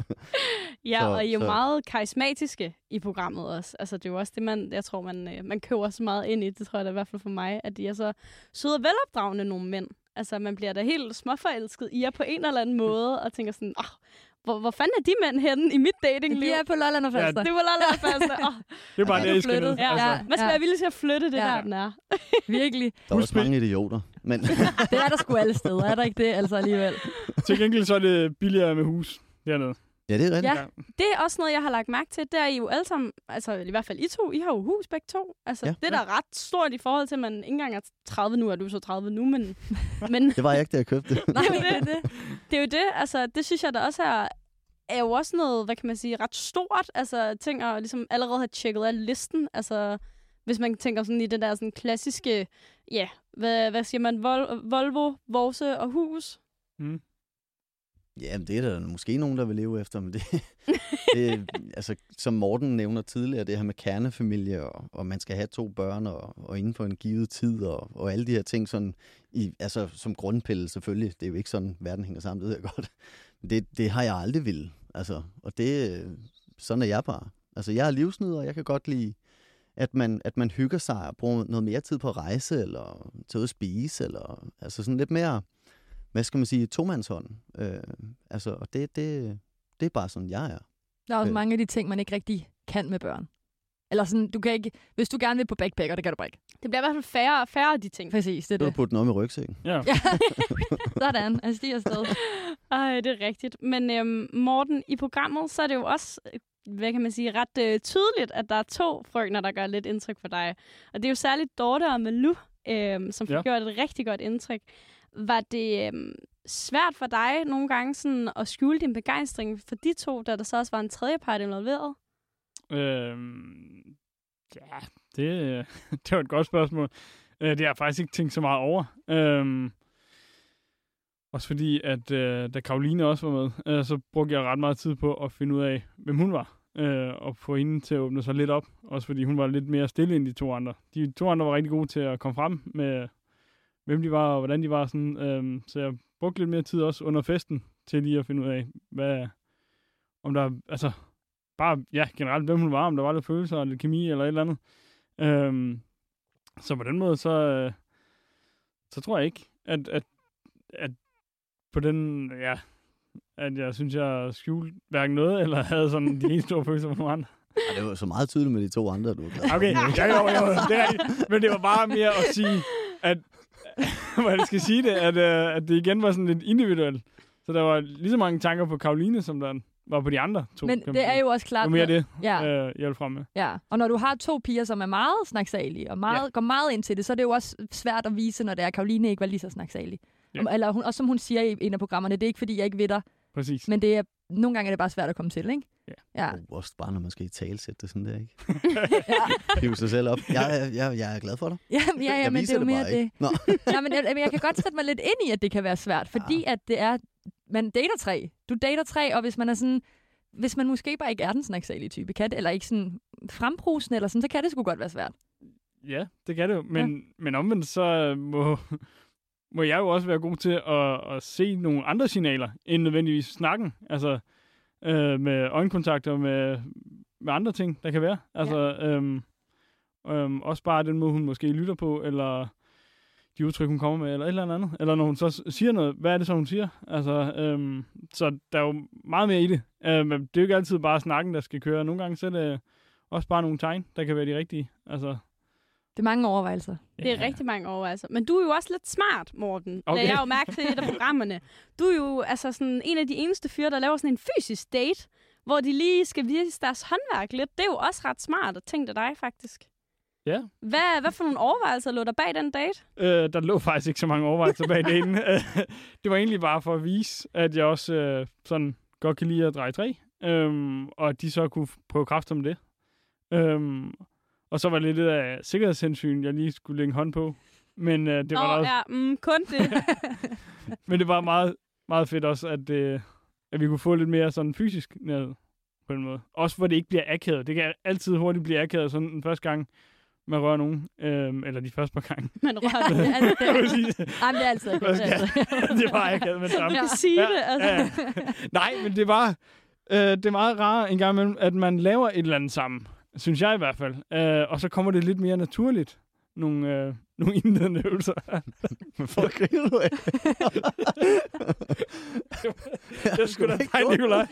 Ja, Så- og I er jo så- meget karismatiske i programmet også. Altså, det er jo også det, man, jeg tror, man, øh, man køber så meget ind i. Det tror jeg da i hvert fald for mig, at de er så søde og velopdragende nogle mænd. Altså, man bliver da helt småforelsket i jer på en eller anden måde, og tænker sådan, åh, hvor, hvor fanden er de mænd henne i mit datingliv? De er på Lolland og Falster. Det var Lolland Falster. Oh, Det er bare Ja, det, du jeg skal flyttede. nu. ja, Altså, ja. Man skal Ja. være villig til at flytte det Ja. der, den er. Virkelig. Der er også Husk- mange idioter, men Det er der sgu alle steder, er der ikke det? Altså alligevel. Til gengæld så er det billigere med hus dernede. ja, det er rigtigt. Ja. Det er også noget, jeg har lagt mærke til. Det er I jo alle sammen, altså i hvert fald I to, I har jo hus begge to. Altså, Ja. det er da ret stort i forhold til, at man ikke engang er tredive nu, er du så tredive nu, men, men Det var jeg ikke, da jeg købte det. Nej, det, det er det. det er jo det, altså det synes jeg da også er, er jo også noget, hvad kan man sige, ret stort. Altså ting at ligesom allerede have tjekket af listen. Altså hvis man tænker sådan i den der sådan klassiske, ja, hvad, hvad siger man, Vol- Volvo, Vorse og hus. Mm. Ja, men det er der måske nogen, der vil leve efter, men det, det altså, som Morten nævner tidligere, det her med kernefamilie, og, og man skal have to børn, og, og inden for en givet tid, og, og alle de her ting, sådan, i, altså som grundpille selvfølgelig, det er jo ikke sådan, verden hænger sammen, det ved jeg godt. Det, det har jeg aldrig ville, altså, og det, sådan er jeg bare. Altså, jeg er livsnyder, og jeg kan godt lide, at man, at man hygger sig og bruger noget mere tid på at rejse, eller til at spise, eller altså sådan lidt mere, hvad skal man sige, tomandshånd. Øh, altså, og det, det, det er bare sådan, jeg er. Der er også Øh. mange af de ting, man ikke rigtig kan med børn. Eller sådan, du kan ikke... Hvis du gerne vil på backpacker, det kan du bare ikke. Det bliver i hvert fald færre og færre af de ting. Præcis, det Så er du det. putte den om i rygsækken. Ja. Ja. Sådan, altså stiger afsted. Ej, det er rigtigt. Men øhm, Morten, i programmet, så er det jo også, øh, hvad kan man sige, ret øh, tydeligt, at der er to frøkner, der gør lidt indtryk for dig. Og det er jo særligt Dorte og Malou, øhm, som får Ja. gjort et rigtig godt indtryk. Var det øhm, svært for dig nogle gange sådan, at skjule din begejstring for de to, da der så også var en tredje part involveret? Øhm, ja, det, det var et godt spørgsmål. Øh, det har jeg faktisk ikke tænkt så meget over. Øhm, også fordi, at øh, da Karoline også var med, øh, så brugte jeg ret meget tid på at finde ud af, hvem hun var. Øh, og få hende til at åbne sig lidt op. Også fordi hun var lidt mere stille end de to andre. De to andre var rigtig gode til at komme frem med, hvem de var og hvordan de var. Sådan. Øhm, så jeg brugte lidt mere tid også under festen til lige at finde ud af, hvad, om der, altså, bare, ja, generelt, hvem hun var, om der var lidt følelser, eller lidt kemi, eller et eller andet. Øhm, så på den måde, så, øh, så tror jeg ikke, at, at, at på den, ja, at jeg synes, jeg skjulte hverken noget, eller havde sådan de helt store følelser for nogle andre. Og det var så meget tydeligt med de to andre, du er glad. Okay, ja, jo, jo, det er rigtigt. Men det var bare mere at sige, at, hvad jeg skal sige det, at, øh, at det igen var sådan lidt individuelt. Så der var lige så mange tanker på Karoline, som der var på de andre to. Men kan man det er sige. jo også klart... Det var mere det, Ja. øh, jeg vil frem med. Ja, og når du har to piger, som er meget snaksalige, og meget, Ja. går meget ind til det, så er det jo også svært at vise, når det er, at Karoline ikke var lige så snaksalig. Ja. Om- Eller hun, også som hun siger i en af programmerne, det er ikke, fordi jeg ikke ved dig, Præcis. men det er, nogle gange er det bare svært at komme til, ikke? Ja. Ja. Oh, også bare, når man skal i talsætte det sådan der, ikke? Ja, Hive sig selv op. Jeg, jeg, jeg er glad for dig. ja, ja, ja jeg men det viser er jo mere bare det. ikke. Nå. Ja, men jeg, jeg kan godt sætte mig lidt ind i, at det kan være svært, fordi at det er, man dater tre. Du dater tre, og hvis man er sådan, hvis man måske bare ikke er den snaksalige type, kan det, eller ikke sådan frembrusende, eller sådan, så kan det sgu godt være svært. Ja, det kan det jo. Men, ja. men omvendt så må, må jeg jo også være god til at, at se nogle andre signaler, end nødvendigvis snakken. Altså øh, med øjenkontakt og med, med andre ting, der kan være. Altså ja. øhm, øhm, også bare den måde, hun måske lytter på, eller de udtryk, hun kommer med, eller et eller andet. Eller når hun så siger noget, hvad er det så, hun siger? Altså, øhm, så der er jo meget mere i det. Øh, men det er jo ikke altid bare snakken, der skal køre. Nogle gange så er det også bare nogle tegn, der kan være de rigtige. Altså, det er mange overvejelser. Det er ja. rigtig mange overvejelser. Men du er jo også lidt smart, Morten. Okay. Okay. Jeg har jo mærket til et af programmerne. Du er jo altså sådan en af de eneste fyre, der laver sådan en fysisk date, hvor de lige skal vise deres håndværk lidt. Det er jo også ret smart at tænke dig, faktisk. Ja. Hvad, hvad for nogle overvejelser lå der bag den date? Øh, der lå faktisk ikke så mange overvejelser bag daten. Det var egentlig bare for at vise, at jeg også øh, sådan godt kan lide at dreje træ. Øhm, og at de så kunne prøve kræfter med det. Øhm, og så var det lidt af sikkerhedshensyn, jeg lige skulle lægge en hånd på. Men øh, det var Nå, også... ja, mm, kun det. Men det var meget, meget fedt også, at, øh, at vi kunne få lidt mere sådan fysisk ned på den måde. Også hvor det ikke bliver akavet. Det kan altid hurtigt blive akavet, sådan den første gang, man rører nogen. Øhm, eller de første par gange. Man rører nogen. Jamen, det er altid akavet. Det, altså. Det var akavet med sammen. Jeg kan sige ja, det, altså. Ja. Nej, men det var... Øh, det er meget rart en gang imellem, at man laver et eller andet sammen. Synes jeg i hvert fald. Øh, og så kommer det lidt mere naturligt. Nogle, øh, nogle indledende øvelser. Hvor griner du af? Det skulle da dig, Nikolaj.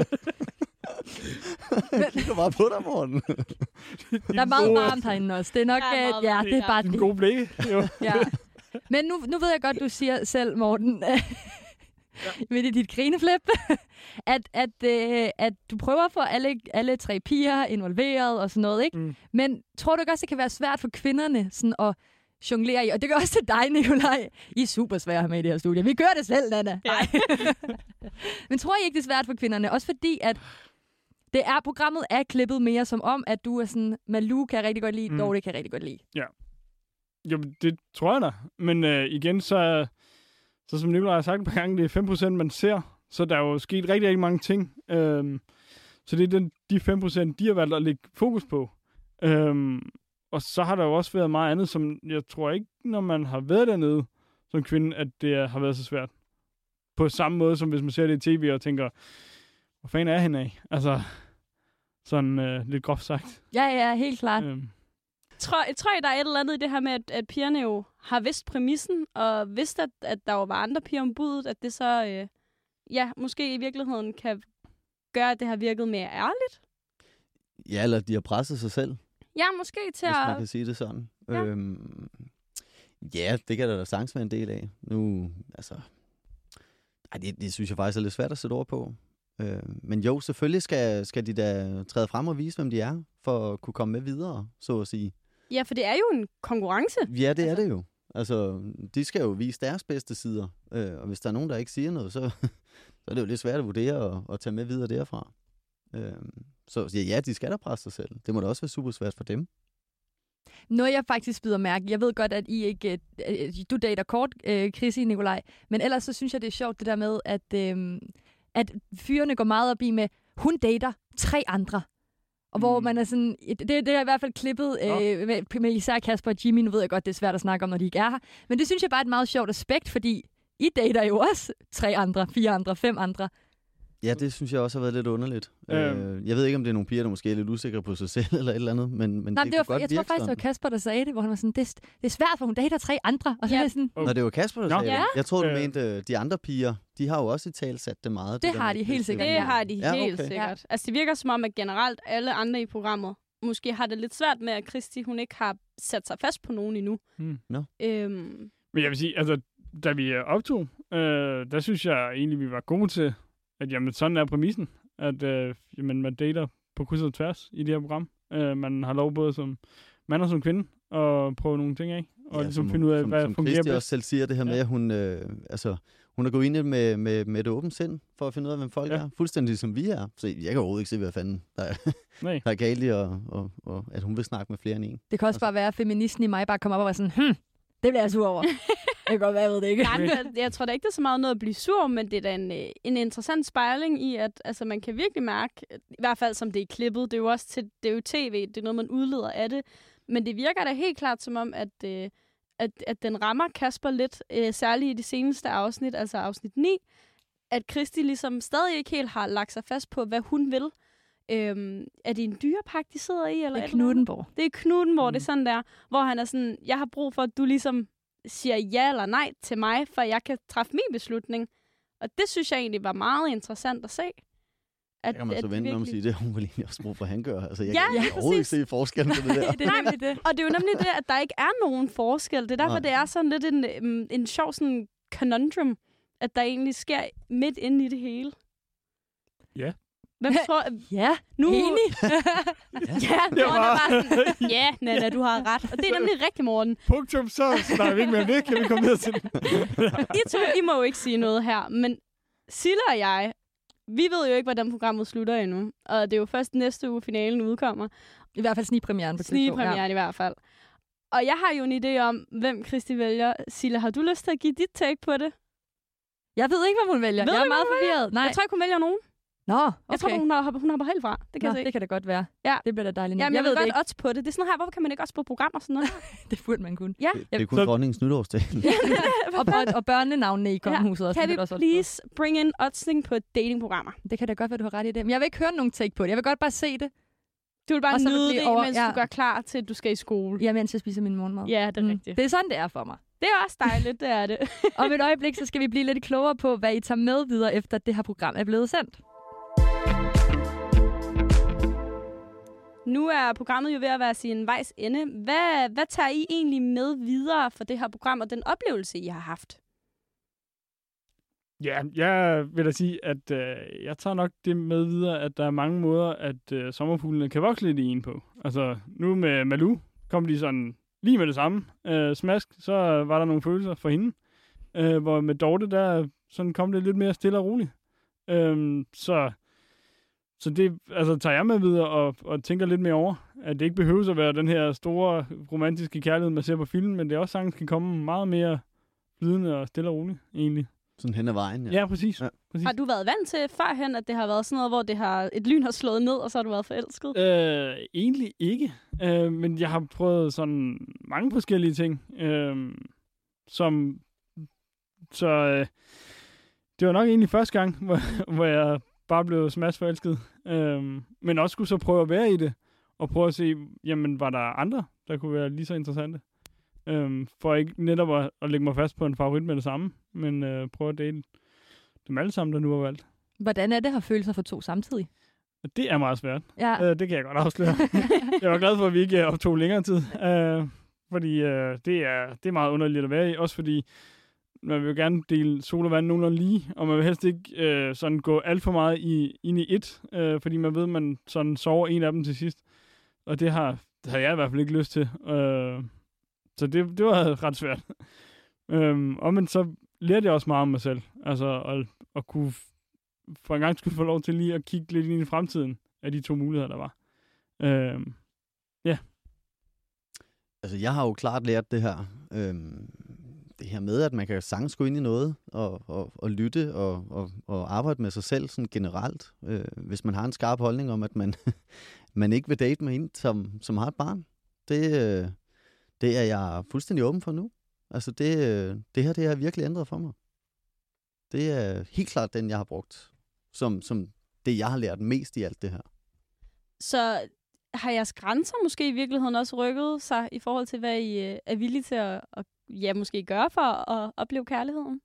Jeg kigger bare på dig, Morten. Der er meget varmt herinde også. Det er nok, er øh, ja, det er bare en det. god blik. Jo. Ja. Men nu, nu ved jeg godt, du siger selv, Morten, ja. med det, dit grineflip, at, at, øh, at du prøver at få alle, alle tre piger involveret og sådan noget, ikke? Mm. Men tror du ikke også, det kan være svært for kvinderne sådan at jonglere i? Og det gør også til dig, Nikolaj. I er super svære at have med i det her studie. Vi gør det selv, Nana. Ja. Men tror I ikke, det er svært for kvinderne? Også fordi, at det er, programmet er klippet mere som om, at du er sådan, Malou kan jeg rigtig godt lide, mm. Dorte kan jeg rigtig godt lide. Ja. Jo, det tror jeg da. Men øh, igen, så, så som Nikolaj har sagt på gangen, det er fem procent, man ser. Så der er jo sket rigtig, rigtig mange ting. Øhm, så det er den, de fem procent, de har valgt at lægge fokus på. Øhm, og så har der jo også været meget andet, som jeg tror ikke, når man har været dernede som kvinde, at det har været så svært. På samme måde, som hvis man ser det i tv og tænker, hvor fanden er hende af? Altså, sådan øh, lidt groft sagt. Ja, ja, helt klart. Øhm. Tror, tror I, der er et eller andet i det her med, at, at pigerne jo har vidst præmissen, og vidst, at, at der jo var andre piger om budet, at det så, øh, ja, måske i virkeligheden kan gøre, at det har virket mere ærligt? Ja, eller de har presset sig selv. Ja, måske til hvis at... man kan sige det sådan. Ja, øhm, ja det kan der da sagtens være en del af. Nu, altså... Ej, det, det synes jeg faktisk er lidt svært at sætte ord på. Øh, men jo, selvfølgelig skal, skal de da træde frem og vise, hvem de er, for at kunne komme med videre, så at sige. Ja, for det er jo en konkurrence. Ja, det altså. er det jo. Altså, de skal jo vise deres bedste sider. Øh, og hvis der er nogen, der ikke siger noget, så, så er det jo lidt svært at vurdere og, og tage med videre derfra. Øh, så ja, ja, de skal da presse sig selv. Det må da også være super svært for dem. Noget, jeg faktisk bider mærke, jeg ved godt, at I ikke, øh, du dater kort, øh, Chrissy, Nikolaj, men ellers så synes jeg, det er sjovt det der med, at, øh, at fyrene går meget op i med, hun dater tre andre. Og hvor mm. man er sådan, det, det er i hvert fald klippet øh, med, med især Kasper og Jimmy, nu ved jeg godt, det er svært at snakke om, når de ikke er her, men det synes jeg bare er et meget sjovt aspekt, fordi I dater jo også tre andre, fire andre, fem andre. Ja, det synes jeg også har været lidt underligt. Øhm. Øh, jeg ved ikke, om det er nogle piger, der måske er lidt usikre på sig selv eller et eller andet, men, men Nej, det, det var, kunne godt jeg tror faktisk, det var Kasper, der sagde det, hvor han var sådan, det, det er svært, for hun dater tre andre. Og så Ja. er jeg sådan, Nå, det var Kasper, der Nå. sagde Ja. det. Jeg tror du Øh. mente, de andre piger, de har jo også i tale sat det meget. Det der har med de helt bedste sikkert, Det venner. har de Ja, helt okay. sikkert. Altså, det virker som om, at generelt alle andre i programmet måske har det lidt svært med, at Christy, hun ikke har sat sig fast på nogen endnu. Hmm. Nå. Øhm, Men jeg vil sige, altså, da vi optog, øh, der synes jeg egentlig, vi var gode til, at jamen, sådan er præmissen, at øh, jamen, man dater på kryds og tværs i det her program. Øh, man har lov både som mand og som kvinde at prøve nogle ting af, og Ja, ligesom som, finde ud af, som, hvad som fungerer Christi bedst. også selv siger, det her med, Ja. at hun, øh, altså, hun er gået ind i det med, med, med et åbent sind, for at finde ud af, hvem folk Ja. er. Fuldstændig som vi er. Så jeg kan overhovedet ikke se, hvad fanden der er, Nej. der er galt i, og, og, og at hun vil snakke med flere end en. det kan også bare være, at feministen i mig bare kommer op og er sådan, hm, Det bliver jeg sur over. Det kan godt være, jeg ved det ikke. Nej, men jeg, jeg tror da ikke, det er så meget noget at blive sur, men det er da en, øh, en interessant spejling i, at altså, man kan virkelig mærke, i hvert fald som det er klippet, det er jo også til, det er jo tv, det er noget, man udleder af det, men det virker da helt klart som om, at, øh, at, at den rammer Kasper lidt, øh, særligt i de seneste afsnit, altså afsnit ni, at Kristi ligesom stadig ikke helt har lagt sig fast på, hvad hun vil. Øhm, er det en dyrepark, de sidder i? Eller det er Knuthenborg. Det er Knuthenborg, mm. det er Mm. sådan der, hvor han er sådan, jeg har brug for, at du ligesom siger ja eller nej til mig, for jeg kan træffe min beslutning. Og det synes jeg egentlig var meget interessant at se. At, Jeg kan man så vente om at sige, det hun vil egentlig også bruge for, han gør. Altså, jeg Ja, kan ja, overhovedet ikke præcis. se forskellen på det der. det er nemlig det. Og det er jo nemlig det, at der ikke er nogen forskel. Det er derfor, Nej. det er sådan lidt en, en, en sjov sådan conundrum, at der egentlig sker midt inde i det hele. Ja. Hvem tror... Ja, Nu, enig. ja, Det Morten var- er bare sådan, ja, Nana, du har ret. Og det er nemlig rigtigt, Morten. Punktum, så snakker vi ikke mere om det. Kan vi komme videre til den? I to, I må jo ikke sige noget her, men Silla og jeg, vi ved jo ikke, hvordan programmet slutter endnu. Og det er jo først næste uge, finalen udkommer. I hvert fald snigpremieren på T V to. Snigpremieren ja. i hvert fald. Og jeg har jo en idé om, hvem Kristi vælger. Silla, har du lyst til at give dit take på det? Jeg ved ikke, hvad hun vælger. Ved jeg du er ikke, meget hvad hun forvirret. Nej. Jeg tror ikke, hun vælger nogen. Nå, okay. Jeg tror, hun har, hun har helt fra. Det kan Nå, jeg se. det kan da godt være. Ja. Det bliver da dejligt. Jamen, jeg, jeg ved vil det godt ikke. odds på det. Det er sådan noget her, hvorfor kan man ikke også på program og sådan noget? Det burde man kunne. Ja. Det, det er kun Så- dronningens nytårstale. og, og, og børnenavnene i kongehuset også. Kan det vi er også please bring in oddsning på datingprogrammer? Det kan da godt være, du har ret i det. Men jeg vil ikke høre nogen take på det. Jeg vil godt bare se det. Du vil bare Og så vil nyde blive det, over- mens ja. du gør klar til, at du skal i skole. Ja, mens jeg spiser min morgenmad. Ja, det er rigtigt. Det er sådan, det er for mig. Det er også dejligt, det er det. Om et øjeblik, så skal vi blive lidt klogere på, hvad I tager med videre, efter at det her program er blevet sendt. Nu er programmet jo ved at være sin vejs ende. Hvad, hvad tager I egentlig med videre for det her program og den oplevelse, I har haft? Ja, jeg vil da sige, at øh, jeg tager nok det med videre, at der er mange måder, at øh, sommerfuglene kan vokse lidt i en på. Altså, nu med Malou kom de sådan lige med det samme. Øh, smask, så var der nogle følelser for hende. Øh, hvor med Dorte, der sådan kom det lidt mere stille og roligt. Øh, så så det altså, tager jeg med videre og, og tænker lidt mere over, at det ikke behøver at være den her store romantiske kærlighed, man ser på film, men det også sagtens kan komme meget mere flydende og stille og roligt, egentlig. Sådan hen ad vejen, ja. Ja, præcis. Ja. præcis. Har du været vant til førhen, at det har været sådan noget, hvor det har, et lyn har slået ned, og så har du været forelsket? Øh, egentlig ikke, øh, men jeg har prøvet sådan mange forskellige ting, øh, som så øh, det var nok egentlig første gang, hvor, hvor jeg bare blev smash forelsket, øh, men også skulle så prøve at være i det, og prøve at se, jamen var der andre, der kunne være lige så interessante, øh, for ikke netop at, at lægge mig fast på en favorit med det samme, men øh, prøve at dele dem alle sammen, der nu er valgt. Hvordan er det at have følelser for to samtidig? Og det er meget svært. Ja. Øh, det kan jeg godt afsløre. Jeg var glad for, at vi ikke optog længere tid. Øh, fordi øh, det, er, det er meget underligt at være i. Også fordi man vil jo gerne dele sol og vand nogenlunde lige. Og man vil helst ikke øh, sådan gå alt for meget i, ind i et. Øh, fordi man ved, at man sådan sover en af dem til sidst. Og det har, det har jeg i hvert fald ikke lyst til. Øh, så det, det var ret svært. øh, og men så lærte jeg også meget om mig selv. Altså at, at kunne for en gang skulle få lov til lige at kigge lidt ind i fremtiden af de to muligheder, der var. Øhm, ja. Altså, jeg har jo klart lært det her. Øhm, det her med, at man kan sagtens gå ind i noget og, og, og lytte og, og, og arbejde med sig selv sådan generelt. Øh, hvis man har en skarp holdning om, at man, man ikke vil date med en, som, som har et barn. Det, øh, det er jeg fuldstændig åben for nu. Altså, det, øh, det her, det har virkelig ændret for mig. Det er helt klart den, jeg har brugt, som, som det, jeg har lært mest i alt det her. Så har jeres grænser måske i virkeligheden også rykket sig i forhold til, hvad I øh, er villige til at, at ja, måske gøre for at opleve kærligheden?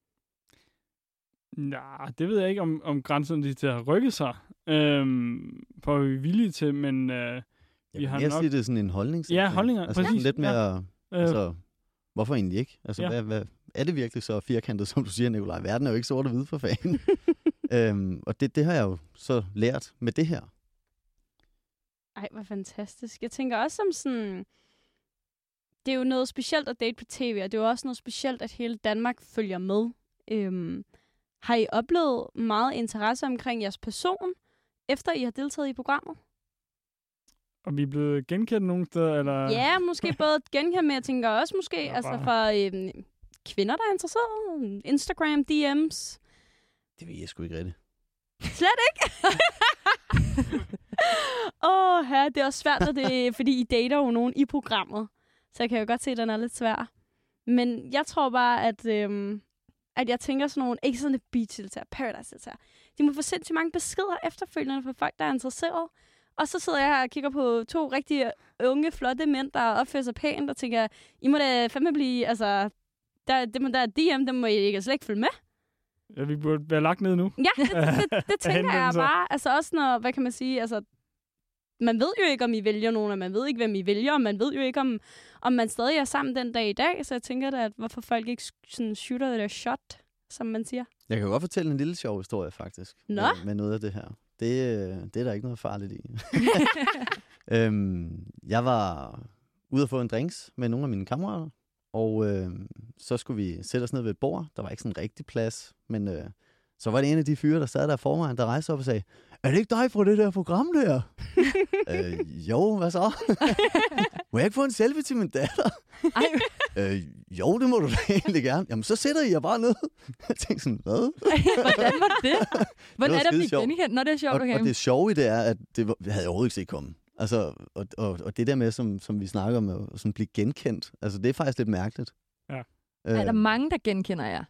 Nej, det ved jeg ikke, om, om grænserne de til at rykke sig. Øhm, for at vi er villige til, men øh, vi Jeg har vil nok... sige, det er sådan en holdning. Ja, holdninger, altså, præcis. Lidt mere, Øh, altså, hvorfor egentlig ikke? Altså, Ja. hvad, hvad, er det virkelig så firkantet, som du siger, Nikolaj? Verden er jo ikke sort og hvid for fanden. øhm, og det, det har jeg jo så lært med det her. Ej, hvor fantastisk. Jeg tænker også som sådan... Det er jo noget specielt at date på tv, og det er jo også noget specielt, at hele Danmark følger med. Øhm, har I oplevet meget interesse omkring jeres person, efter I har deltaget i programmet? Og vi er blevet genkendt nogle steder, eller? Ja, måske både genkendt, men jeg tænker også måske Nå, altså bare- for øhm, kvinder, der er interesserede. Instagram, D M's. Det ved jeg sgu ikke rigtigt. Slet ikke? Åh, her, det er også svært, når det, fordi I dater jo nogen i programmet. Så jeg kan jo godt se, at den er lidt svær. Men jeg tror bare, at, øhm, at jeg tænker sådan nogle, ikke sådan et beach-deltager, paradise-deltager. De må få sindssygt mange beskeder efterfølgende fra folk, der er interesseret. Og så sidder jeg her og kigger på to rigtig unge, flotte mænd, der opfører sig pænt, og tænker, I må da fandme blive, altså, der, det må der er D M, dem må I ikke slet ikke følge med. Ja, vi burde være lagt ned nu. Ja, det, det, det, det tænker jeg henvendelser. bare. Altså også når, hvad kan man sige, altså, man ved jo ikke, om I vælger nogen, og man ved ikke, hvem I vælger, og man ved jo ikke, om, om man stadig er sammen den dag i dag. Så jeg tænker da, at hvorfor folk ikke sådan shooter their shot, som man siger. Jeg kan godt fortælle en lille sjov historie, faktisk. Nå? Med, med noget af det her. Det, øh, det er der ikke noget farligt i. øhm, jeg var ude at få en drinks med nogle af mine kammerater. Og øh, så skulle vi sætte os ned ved et bord. Der var ikke sådan en rigtig plads. Men øh, så var det en af de fyre, der sad der for mig, der rejste op og sagde, er det ikke dig fra det der program der? øh, jo, hvad så? Må jeg ikke få en selfie til min datter? Ej, øh, jo, det må du da egentlig gerne. Jamen, så sætter I jer bare ned. Jeg tænkte sådan, hvad? hvordan var det? Hvordan var er det at blive skide sjovt. genkendt? Nå, det er sjovt, Og, okay. og det sjove i det er, at det var, havde jeg overhovedet ikke set komme. Altså, og, og, og det der med, som, som vi snakker om, at som blive genkendt, altså det er faktisk lidt mærkeligt. Ja. Øh, Er der mange, der genkender jer?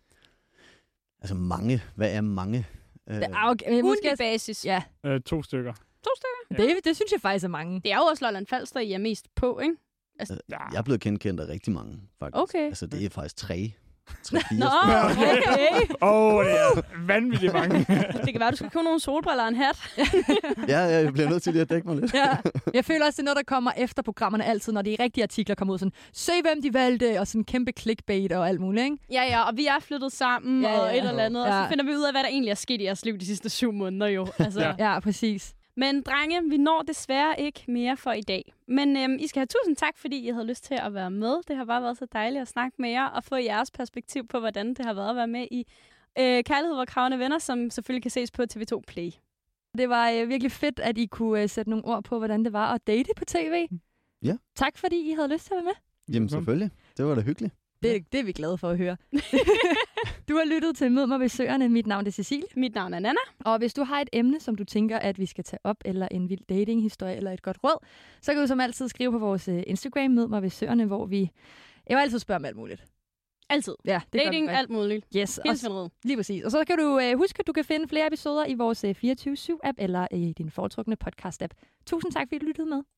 altså mange. Hvad er mange? Øh, Det er okay, men Måske måske... basis. Ja, Øh, to stykker. To stykker. det, det synes jeg faktisk er mange. Det er jo også Lolland Falster, I er mest på, ikke? Ja. jeg er blevet genkendt af rigtig mange, faktisk. Okay. Altså, det er faktisk tre. Tre, fire Nå, stykker. okay. Åh, oh, det er vanvittigt mange. Det kan være, du skal købe nogle solbriller og en hat. Ja, jeg bliver nødt til lige at dække mig lidt. Ja. Jeg føler også, det er noget, der kommer efter programmerne altid, når de rigtige artikler kommer ud. Sådan, se hvem de valgte, og sådan kæmpe clickbait og alt muligt, ikke? Ja, ja, og vi er flyttet sammen Ja, ja, og et eller andet, og ja. så finder vi ud af, hvad der egentlig er sket i jeres liv de sidste syv måneder jo. Altså. Ja. Ja, præcis. Men drenge, vi når desværre ikke mere for i dag. Men øhm, I skal have tusind tak, fordi I havde lyst til at være med. Det har bare været så dejligt at snakke med jer og få jeres perspektiv på, hvordan det har været at være med i øh, Kærlighed, hvor kragerne venner, som selvfølgelig kan ses på T V to Play. Det var øh, virkelig fedt, at I kunne øh, sætte nogle ord på, hvordan det var at date på tv. Ja. Tak, fordi I havde lyst til at være med. Jamen selvfølgelig. Det var da hyggeligt. Det, det er vi glade for at høre. Du har lyttet til Mød mig ved Søerne. Mit navn er Cecilie. Mit navn er Nana. Og hvis du har et emne, som du tænker, at vi skal tage op, eller en vild datinghistorie, eller et godt råd, så kan du som altid skrive på vores øh, Instagram, Mød mig ved Søerne, hvor vi... Jeg vil altid spørge om alt muligt. Altid. Ja, det Dating, gør vi alt muligt. faktisk. Yes, og, Hele svineriet. lige præcis. Og så kan du øh, huske, at du kan finde flere episoder i vores øh, fireogtyve syv app eller i din foretrukne podcast-app. Tusind tak, fordi du lyttede med.